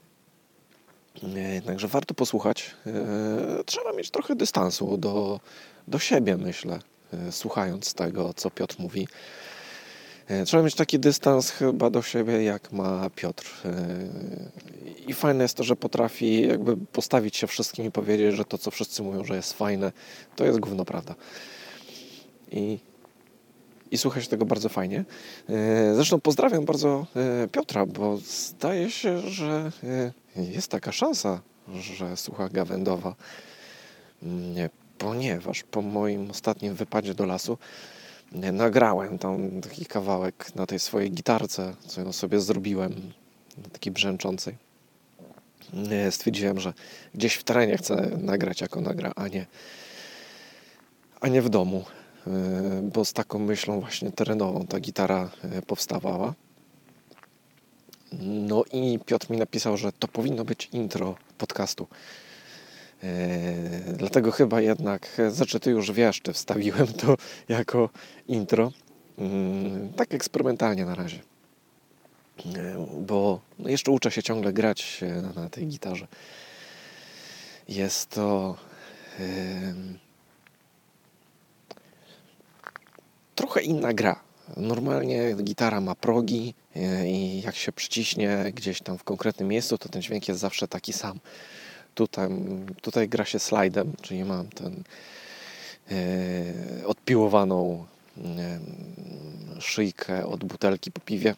Także warto posłuchać. Trzeba mieć trochę dystansu do, do siebie, myślę, słuchając tego, co Piotr mówi. Trzeba mieć taki dystans chyba do siebie, jak ma Piotr. I fajne jest to, że potrafi jakby postawić się wszystkim i powiedzieć, że to, co wszyscy mówią, że jest fajne, to jest gówno prawda. I, i słucha się tego bardzo fajnie. Zresztą pozdrawiam bardzo Piotra, bo zdaje się, że jest taka szansa, że słucha Gawędowa, ponieważ po moim ostatnim wypadzie do lasu nagrałem tam taki kawałek na tej swojej gitarce, co ja sobie zrobiłem, takiej brzęczącej. Stwierdziłem, że gdzieś w terenie chcę nagrać, jako nagra, a nie, a nie w domu, bo z taką myślą właśnie terenową ta gitara powstawała. No i Piotr mi napisał, że to powinno być intro podcastu. Yy, dlatego chyba jednak, znaczy Ty już wiesz, czy wstawiłem to jako intro. Yy, tak eksperymentalnie na razie. Yy, bo jeszcze uczę się ciągle grać na, na tej gitarze. Jest to yy, trochę inna gra. Normalnie gitara ma progi yy, i jak się przyciśnie gdzieś tam w konkretnym miejscu, to ten dźwięk jest zawsze taki sam. Tutaj, tutaj gra się slajdem, czyli mam ten e, odpiłowaną e, szyjkę od butelki po piwie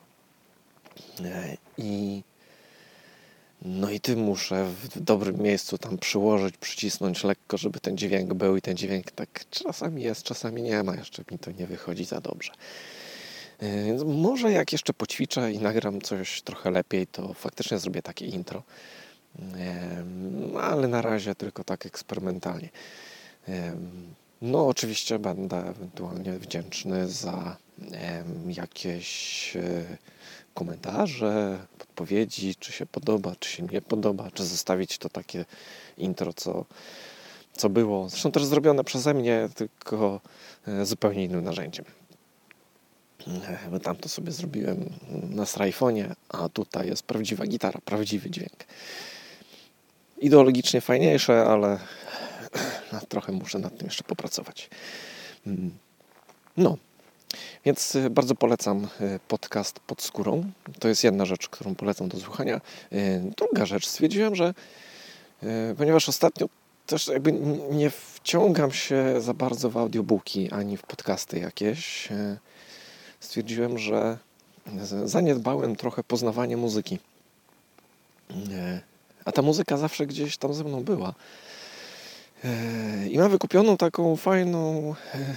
e, i no i tym muszę w dobrym miejscu tam przyłożyć, przycisnąć lekko, żeby ten dźwięk był i ten dźwięk tak czasami jest, czasami nie ma, jeszcze mi to nie wychodzi za dobrze. Więc może jak jeszcze poćwiczę i nagram coś trochę lepiej, to faktycznie zrobię takie intro. Em, Ale na razie tylko tak eksperymentalnie. Em, No oczywiście będę ewentualnie wdzięczny za em, jakieś e, komentarze, podpowiedzi, czy się podoba, czy się nie podoba, czy zostawić to takie intro, co, co było. Zresztą też zrobione przeze mnie, tylko e, zupełnie innym narzędziem. E, Bo tam to sobie zrobiłem na Srajfonie, a tutaj jest prawdziwa gitara, prawdziwy dźwięk. Ideologicznie fajniejsze, ale no, trochę muszę nad tym jeszcze popracować. Mm. No, więc y, bardzo polecam y, podcast Pod skórą. To jest jedna rzecz, którą polecam do słuchania. Y, Druga rzecz, stwierdziłem, że y, ponieważ ostatnio też jakby n- nie wciągam się za bardzo w audiobooki ani w podcasty jakieś, y, stwierdziłem, że z- zaniedbałem trochę poznawanie muzyki. Y, A ta muzyka zawsze gdzieś tam ze mną była. Y, I mam wykupioną taką fajną y,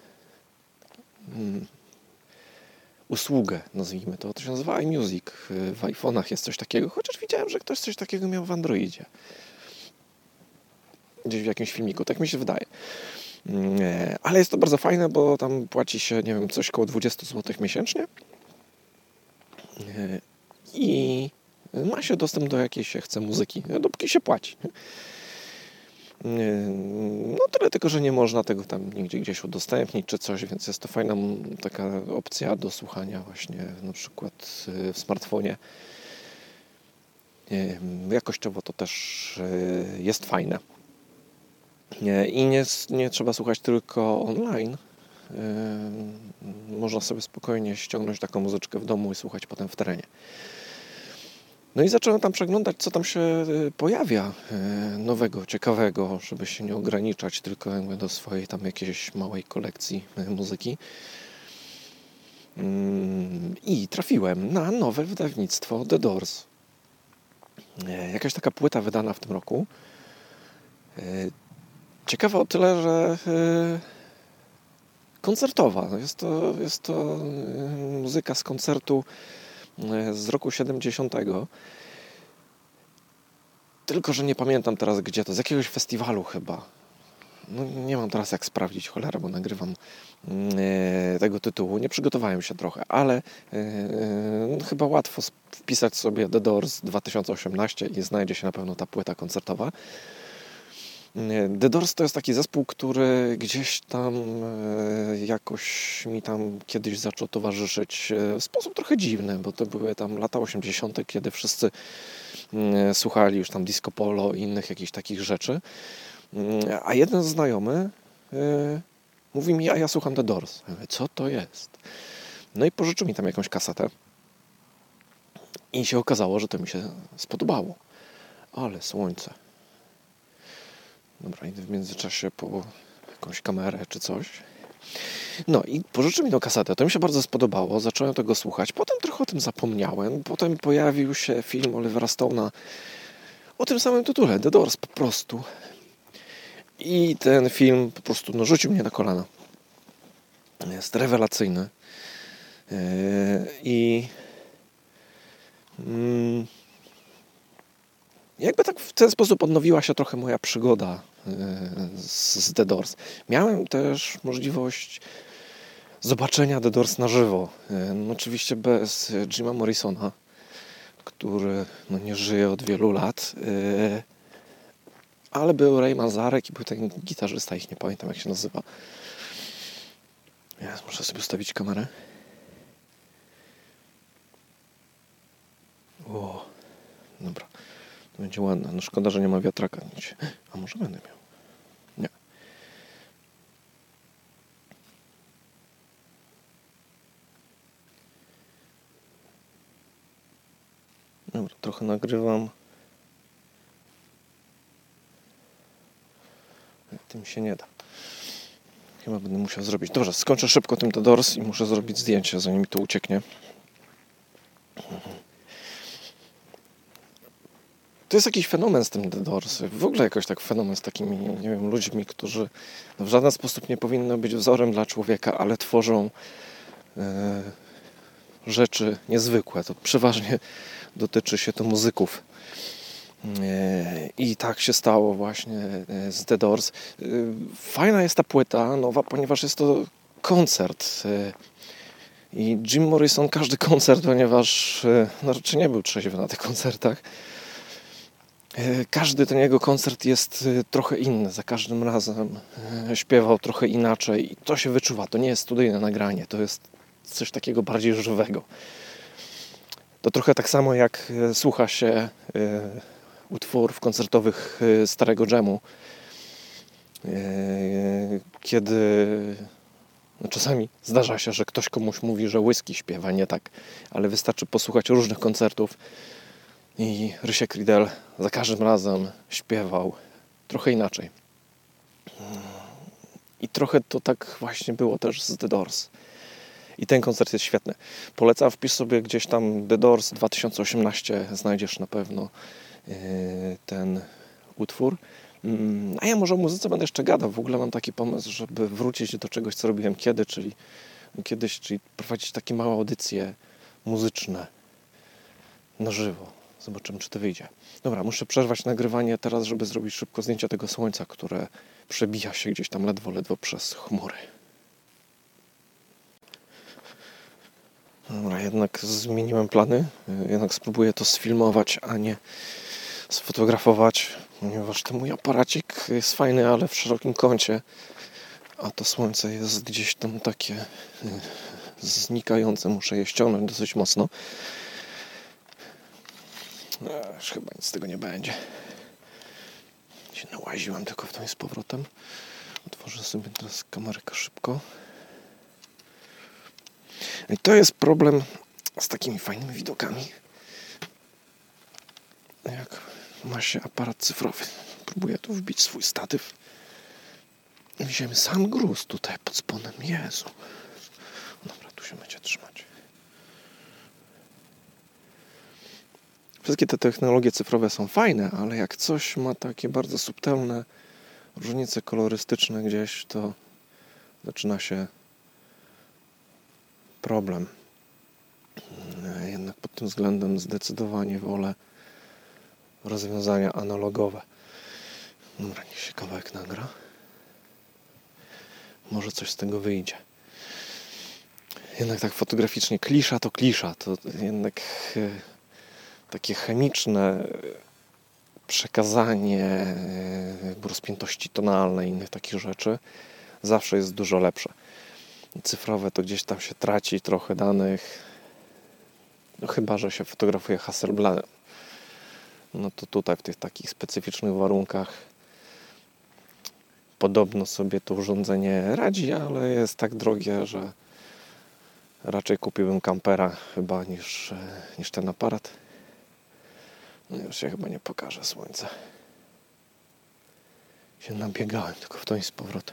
mm, usługę, nazwijmy to. To się nazywa iMusic. Y, W iPhone'ach jest coś takiego, chociaż widziałem, że ktoś coś takiego miał w Androidzie. Gdzieś w jakimś filmiku, tak mi się wydaje. Mm, e, Ale jest to bardzo fajne, bo tam płaci się, nie wiem, coś koło dwadzieścia złotych miesięcznie. Y, I ma się dostęp do jakiejś się chce muzyki, no, dopóki się płaci. No tyle tylko, że nie można tego tam nigdzie gdzieś udostępnić czy coś, więc jest to fajna m, taka opcja do słuchania właśnie na przykład y, w smartfonie. Y, Jakościowo to też y, jest fajne. Nie, I nie, s- nie trzeba słuchać tylko online. Y, Można sobie spokojnie ściągnąć taką muzyczkę w domu i słuchać potem w terenie. No i zacząłem tam przeglądać, co tam się y, pojawia y, nowego, ciekawego, żeby się nie ograniczać tylko jakby do swojej tam jakiejś małej kolekcji y, muzyki. Mm, I trafiłem na nowe wydawnictwo The Doors. Y, Jakaś taka płyta wydana w tym roku. Y, Ciekawa o tyle, że y, koncertowa. No Jest to, jest to y, muzyka z koncertu y, z roku siedemdziesiątego. Tylko, że nie pamiętam teraz gdzie to, z jakiegoś festiwalu chyba. No, nie mam teraz jak sprawdzić, cholera, bo nagrywam e, tego tytułu. Nie przygotowałem się trochę, ale e, no, chyba łatwo sp- wpisać sobie The Doors dwa tysiące osiemnaście i znajdzie się na pewno ta płyta koncertowa. E, The Doors to jest taki zespół, który gdzieś tam e, jakoś mi tam kiedyś zaczął towarzyszyć e, w sposób trochę dziwny, bo to były tam lata osiemdziesiąte, kiedy wszyscy mm, słuchali już tam disco polo i innych jakichś takich rzeczy. Mm, A jeden znajomy y, mówi mi, a ja słucham The Doors. Ja mówię, co to jest? No i pożyczył mi tam jakąś kasetę. I się okazało, że to mi się spodobało. Ale słońce. Dobra, idę w międzyczasie po jakąś kamerę czy coś. No i pożyczył mi tą kasetę. To mi się bardzo spodobało. Zacząłem tego słuchać. Potem trochę o tym zapomniałem. Potem pojawił się film Olivera Stone'a o tym samym tytule. The Doors po prostu. I ten film po prostu no, rzucił mnie na kolana. Jest rewelacyjny. Yy, I mm, jakby tak w ten sposób odnowiła się trochę moja przygoda yy, z, z The Doors. Miałem też możliwość zobaczenia The Doors na żywo. Yy, no, oczywiście bez Jima Morrisona, który no, nie żyje od wielu lat. Yy, ale był Ray Manzarek i był ten gitarzysta, ich nie pamiętam jak się nazywa. Ja muszę sobie ustawić kamerę. O, dobra. To będzie ładne. No szkoda, że nie ma wiatraka. A może będę miał? Nie. Dobra, trochę nagrywam. Tym się nie da. Chyba będę musiał zrobić. Dobrze, skończę szybko tym The Doors i muszę zrobić zdjęcie, zanim mi to ucieknie. To jest jakiś fenomen z tym The Doors. W ogóle jakoś tak fenomen z takimi, nie wiem, ludźmi, którzy no w żaden sposób nie powinny być wzorem dla człowieka, ale tworzą e, rzeczy niezwykłe. To przeważnie dotyczy się to muzyków. I tak się stało właśnie z The Doors. Fajna jest ta płyta nowa, ponieważ jest to koncert. I Jim Morrison każdy koncert, ponieważ no, raczej nie był trzeźwy na tych koncertach. Każdy ten jego koncert jest trochę inny. Za każdym razem śpiewał trochę inaczej. I to się wyczuwa. To nie jest studyjne nagranie. To jest coś takiego bardziej żywego. To trochę tak samo jak słucha się utworów koncertowych starego dżemu, kiedy no czasami zdarza się, że ktoś komuś mówi, że whisky śpiewa, nie tak, ale wystarczy posłuchać różnych koncertów i Rysiek Riedel za każdym razem śpiewał trochę inaczej. I trochę to tak właśnie było też z The Doors. I ten koncert jest świetny. Polecam, wpisz sobie gdzieś tam The Doors dwa tysiące osiemnaście, znajdziesz na pewno ten utwór. A ja może o muzyce będę jeszcze gadał. W ogóle mam taki pomysł, żeby wrócić do czegoś, co robiłem kiedy, czyli kiedyś, czyli prowadzić takie małe audycje muzyczne na żywo. Zobaczymy, czy to wyjdzie. Dobra, muszę przerwać nagrywanie teraz, żeby zrobić szybko zdjęcia tego słońca, które przebija się gdzieś tam ledwo, ledwo przez chmury. Dobra, jednak zmieniłem plany. Jednak spróbuję to sfilmować, a nie sfotografować, ponieważ ten mój aparacik jest fajny, ale w szerokim kącie, a to słońce jest gdzieś tam takie znikające. Muszę je ściągnąć dosyć mocno. Ech, chyba nic z tego nie będzie. Się nałaziłem tylko w tą i z powrotem. Otworzę sobie teraz kamerkę szybko. I to jest problem z takimi fajnymi widokami, jak ma się aparat cyfrowy. Próbuję tu wbić swój statyw. Widzimy sam gruz tutaj pod spodem. Jezu. Dobra, tu się będzie trzymać. Wszystkie te technologie cyfrowe są fajne, ale jak coś ma takie bardzo subtelne różnice kolorystyczne gdzieś, to zaczyna się problem. Jednak pod tym względem zdecydowanie wolę rozwiązania analogowe. Dobra, niech się kawałek nagra. Może coś z tego wyjdzie. Jednak tak fotograficznie klisza to klisza. To jednak e, takie chemiczne przekazanie e, rozpiętości tonalnej i innych takich rzeczy zawsze jest dużo lepsze. Cyfrowe to gdzieś tam się traci trochę danych. No chyba, że się fotografuje Hasselbladem. No to tutaj w tych takich specyficznych warunkach podobno sobie to urządzenie radzi, ale jest tak drogie, że raczej kupiłbym kampera chyba niż, niż ten aparat. No już się chyba nie pokaże słońce. Się nabiegałem tylko w to i z powrotem.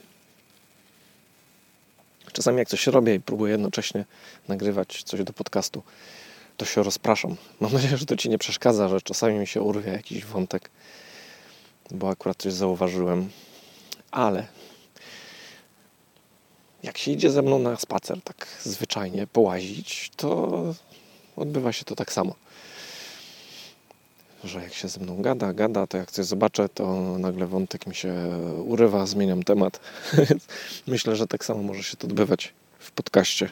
Czasami jak coś robię i próbuję jednocześnie nagrywać coś do podcastu, to się rozpraszam. Mam nadzieję, że to Ci nie przeszkadza, że czasami mi się urwie jakiś wątek, bo akurat coś zauważyłem. Ale jak się idzie ze mną na spacer, tak zwyczajnie połazić, to odbywa się to tak samo. Że jak się ze mną gada, gada, to jak coś zobaczę, to nagle wątek mi się urywa, zmieniam temat. Myślę, że tak samo może się to odbywać w podcaście.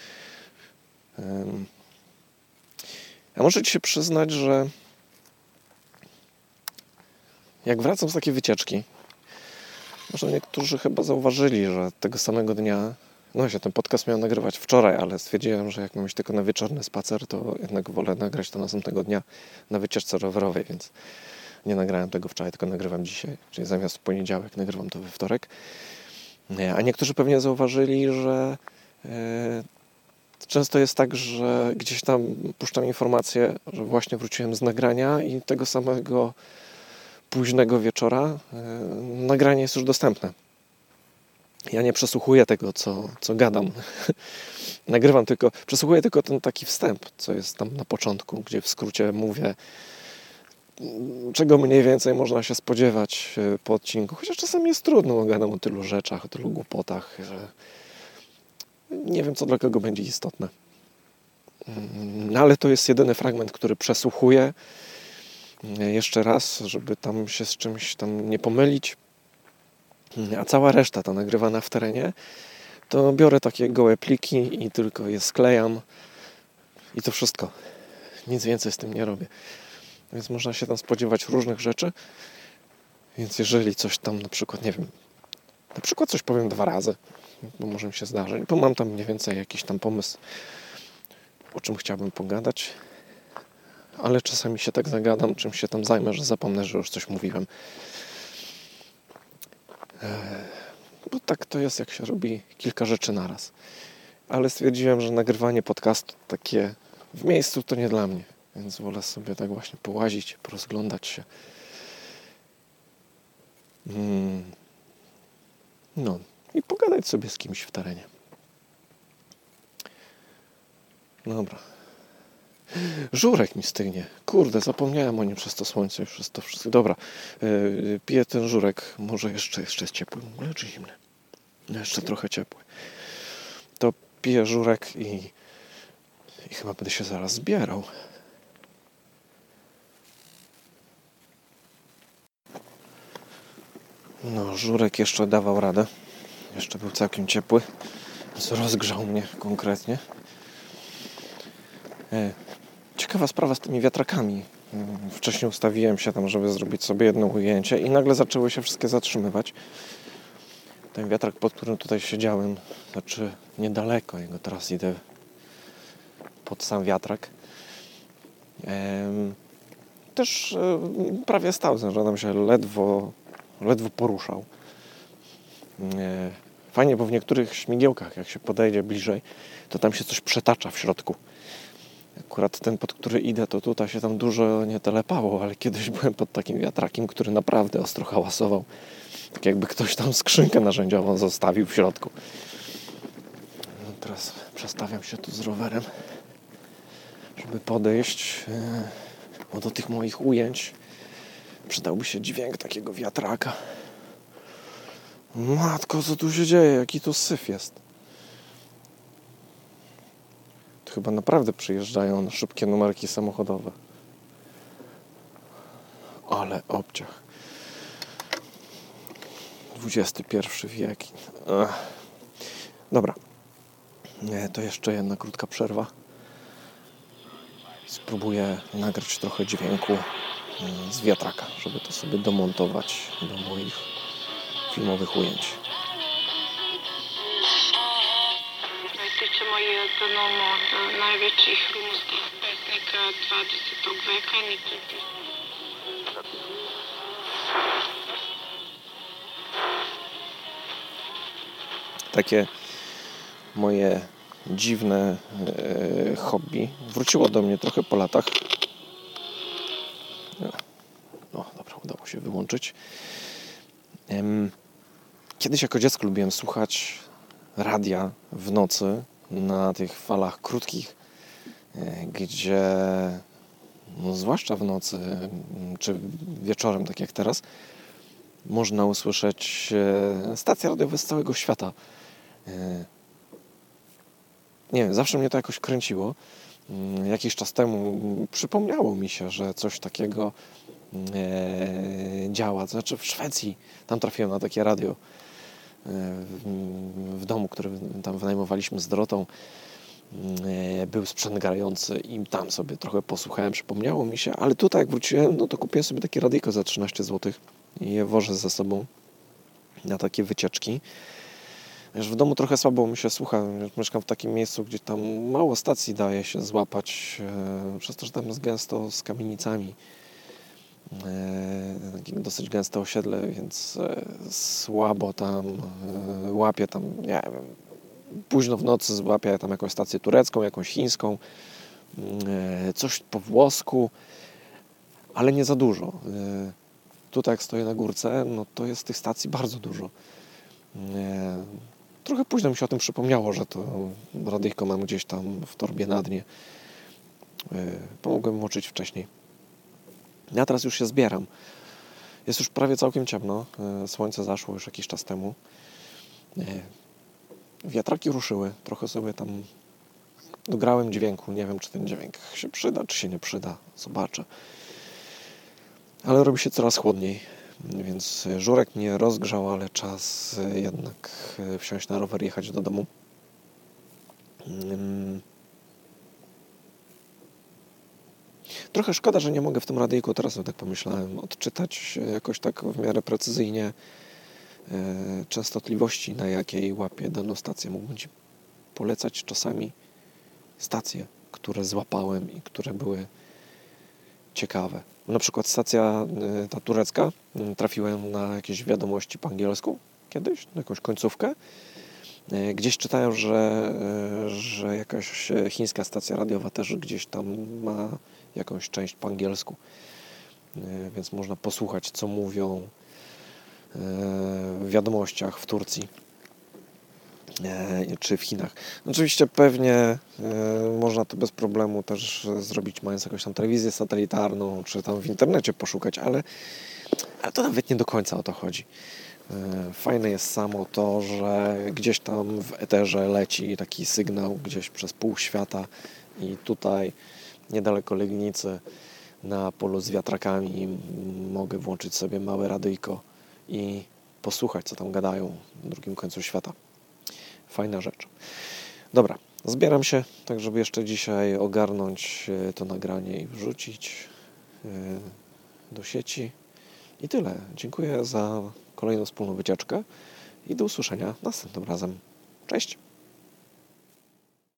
Ja muszę Ci się przyznać, że jak wracam z takiej wycieczki, może niektórzy chyba zauważyli, że tego samego dnia, no właśnie ten podcast miałem nagrywać wczoraj, ale stwierdziłem, że jak mam iść tylko na wieczorny spacer, to jednak wolę nagrać to następnego dnia na wycieczce rowerowej, więc nie nagrałem tego wczoraj, tylko nagrywam dzisiaj, czyli zamiast w poniedziałek nagrywam to we wtorek. A niektórzy pewnie zauważyli, że yy, często jest tak, że gdzieś tam puszczam informację, że właśnie wróciłem z nagrania i tego samego późnego wieczora yy, nagranie jest już dostępne. Ja nie przesłuchuję tego, co, co gadam. Nagrywam tylko, przesłuchuję tylko ten taki wstęp, co jest tam na początku, gdzie w skrócie mówię, czego mniej więcej można się spodziewać po odcinku. Chociaż czasami jest trudno, bo gadam o tylu rzeczach, o tylu głupotach, że nie wiem, co dla kogo będzie istotne. No ale to jest jedyny fragment, który przesłuchuję jeszcze raz, żeby tam się z czymś tam nie pomylić. A cała reszta, ta nagrywana w terenie, to biorę takie gołe pliki i tylko je sklejam i to wszystko. Nic więcej z tym nie robię. Więc można się tam spodziewać różnych rzeczy. Więc jeżeli coś tam na przykład, nie wiem, na przykład coś powiem dwa razy, bo może mi się zdarzyć, bo mam tam mniej więcej jakiś tam pomysł, o czym chciałbym pogadać, ale czasami się tak zagadam, czym się tam zajmę, że zapomnę, że już coś mówiłem. Bo tak to jest, jak się robi kilka rzeczy naraz. Ale stwierdziłem, że nagrywanie podcastu takie w miejscu to nie dla mnie, więc wolę sobie tak właśnie połazić, porozglądać się. Hmm. No i pogadać sobie z kimś w terenie. Dobra. Żurek mi stygnie. Kurde, zapomniałem o nim przez to słońce, już przez to wszystko. Dobra, yy, piję ten żurek. Może jeszcze, jeszcze jest ciepły, w ogóle, czy zimny? No, jeszcze trochę ciepły. To piję żurek i, i chyba będę się zaraz zbierał. No, żurek jeszcze dawał radę. Jeszcze był całkiem ciepły. Co rozgrzał mnie konkretnie. Yy. Ciekawa sprawa z tymi wiatrakami. Wcześniej ustawiłem się tam, żeby zrobić sobie jedno ujęcie i nagle zaczęły się wszystkie zatrzymywać. Ten wiatrak, pod którym tutaj siedziałem, znaczy niedaleko jego, teraz idę pod sam wiatrak, ehm, też e, prawie stał, że tam się ledwo, ledwo poruszał. E, fajnie, bo w niektórych śmigiełkach, jak się podejdzie bliżej, to tam się coś przetacza w środku. Akurat ten, pod który idę, to tutaj się tam dużo nie telepało, ale kiedyś byłem pod takim wiatrakiem, który naprawdę ostro hałasował. Tak jakby ktoś tam skrzynkę narzędziową zostawił w środku. No teraz przestawiam się tu z rowerem, żeby podejść, bo do tych moich ujęć przydałby się dźwięk takiego wiatraka. Matko, co tu się dzieje? Jaki tu syf jest. Chyba naprawdę przyjeżdżają na szybkie numerki samochodowe. Ale obciach. dwudziesty pierwszy wiek. Ech. Dobra. Nie, to jeszcze jedna krótka przerwa. Spróbuję nagrać trochę dźwięku z wiatraka, żeby to sobie domontować do moich filmowych ujęć. Je jednom od najvećih rumunskih pesnika dvadesetog veka Nikita. Takie moje dziwne e, hobby wróciło do mnie trochę po latach. No dobra, udało się wyłączyć. Ehm, kiedyś jako dziecko lubiłem słuchać radia w nocy na tych falach krótkich, gdzie no, zwłaszcza w nocy czy wieczorem, tak jak teraz, można usłyszeć stacje radiowe z całego świata. Nie wiem, zawsze mnie to jakoś kręciło. Jakiś czas temu przypomniało mi się, że coś takiego działa. To znaczy w Szwecji tam trafiłem na takie radio w domu, który tam wynajmowaliśmy z Dorotą. Był sprzęt grający i tam sobie trochę posłuchałem, przypomniało mi się, ale tutaj jak wróciłem, no to kupiłem sobie takie radyjko za trzynaście złotych i je wożę ze sobą na takie wycieczki. Wiesz, w domu trochę słabo mi się słucha. Mieszkam w takim miejscu, gdzie tam mało stacji daje się złapać, e, przez to, że tam jest gęsto z kamienicami. E, takie dosyć gęste osiedle, więc e, słabo tam e, łapię tam, nie wiem, późno w nocy złapię tam jakąś stację turecką, jakąś chińską, e, coś po włosku, ale nie za dużo. E, tutaj jak stoję na górce, no to jest tych stacji bardzo dużo. E, trochę późno mi się o tym przypomniało, że to radyjko mam gdzieś tam w torbie na dnie. E, pomogłem włączyć wcześniej. Ja teraz już się zbieram. Jest już prawie całkiem ciemno. E, słońce zaszło już jakiś czas temu. E, wiatraki ruszyły. Trochę sobie tam dograłem dźwięku. Nie wiem, czy ten dźwięk się przyda, czy się nie przyda. Zobaczę. Ale robi się coraz chłodniej, więc żurek mnie rozgrzał, ale czas jednak wsiąść na rower i jechać do domu. Trochę szkoda, że nie mogę w tym radyjku, teraz tak pomyślałem, odczytać jakoś tak w miarę precyzyjnie częstotliwości, na jakiej łapie daną stację. Mógłbym Ci polecać czasami stacje, które złapałem i które były ciekawe. Na przykład stacja ta turecka, trafiłem na jakieś wiadomości po angielsku kiedyś, na jakąś końcówkę. Gdzieś czytałem, że, że jakaś chińska stacja radiowa też gdzieś tam ma jakąś część po angielsku, więc można posłuchać, co mówią w wiadomościach w Turcji czy w Chinach. Oczywiście pewnie można to bez problemu też zrobić, mając jakąś tam telewizję satelitarną, czy tam w internecie poszukać, ale, ale to nawet nie do końca o to chodzi. Fajne jest samo to, że gdzieś tam w eterze leci taki sygnał gdzieś przez pół świata i tutaj niedaleko Legnicy na polu z wiatrakami mogę włączyć sobie małe radyjko i posłuchać, co tam gadają na drugim końcu świata. Fajna rzecz. Dobra, zbieram się, tak żeby jeszcze dzisiaj ogarnąć to nagranie i wrzucić do sieci. I tyle. Dziękuję za kolejną wspólną wycieczkę i do usłyszenia następnym razem. Cześć!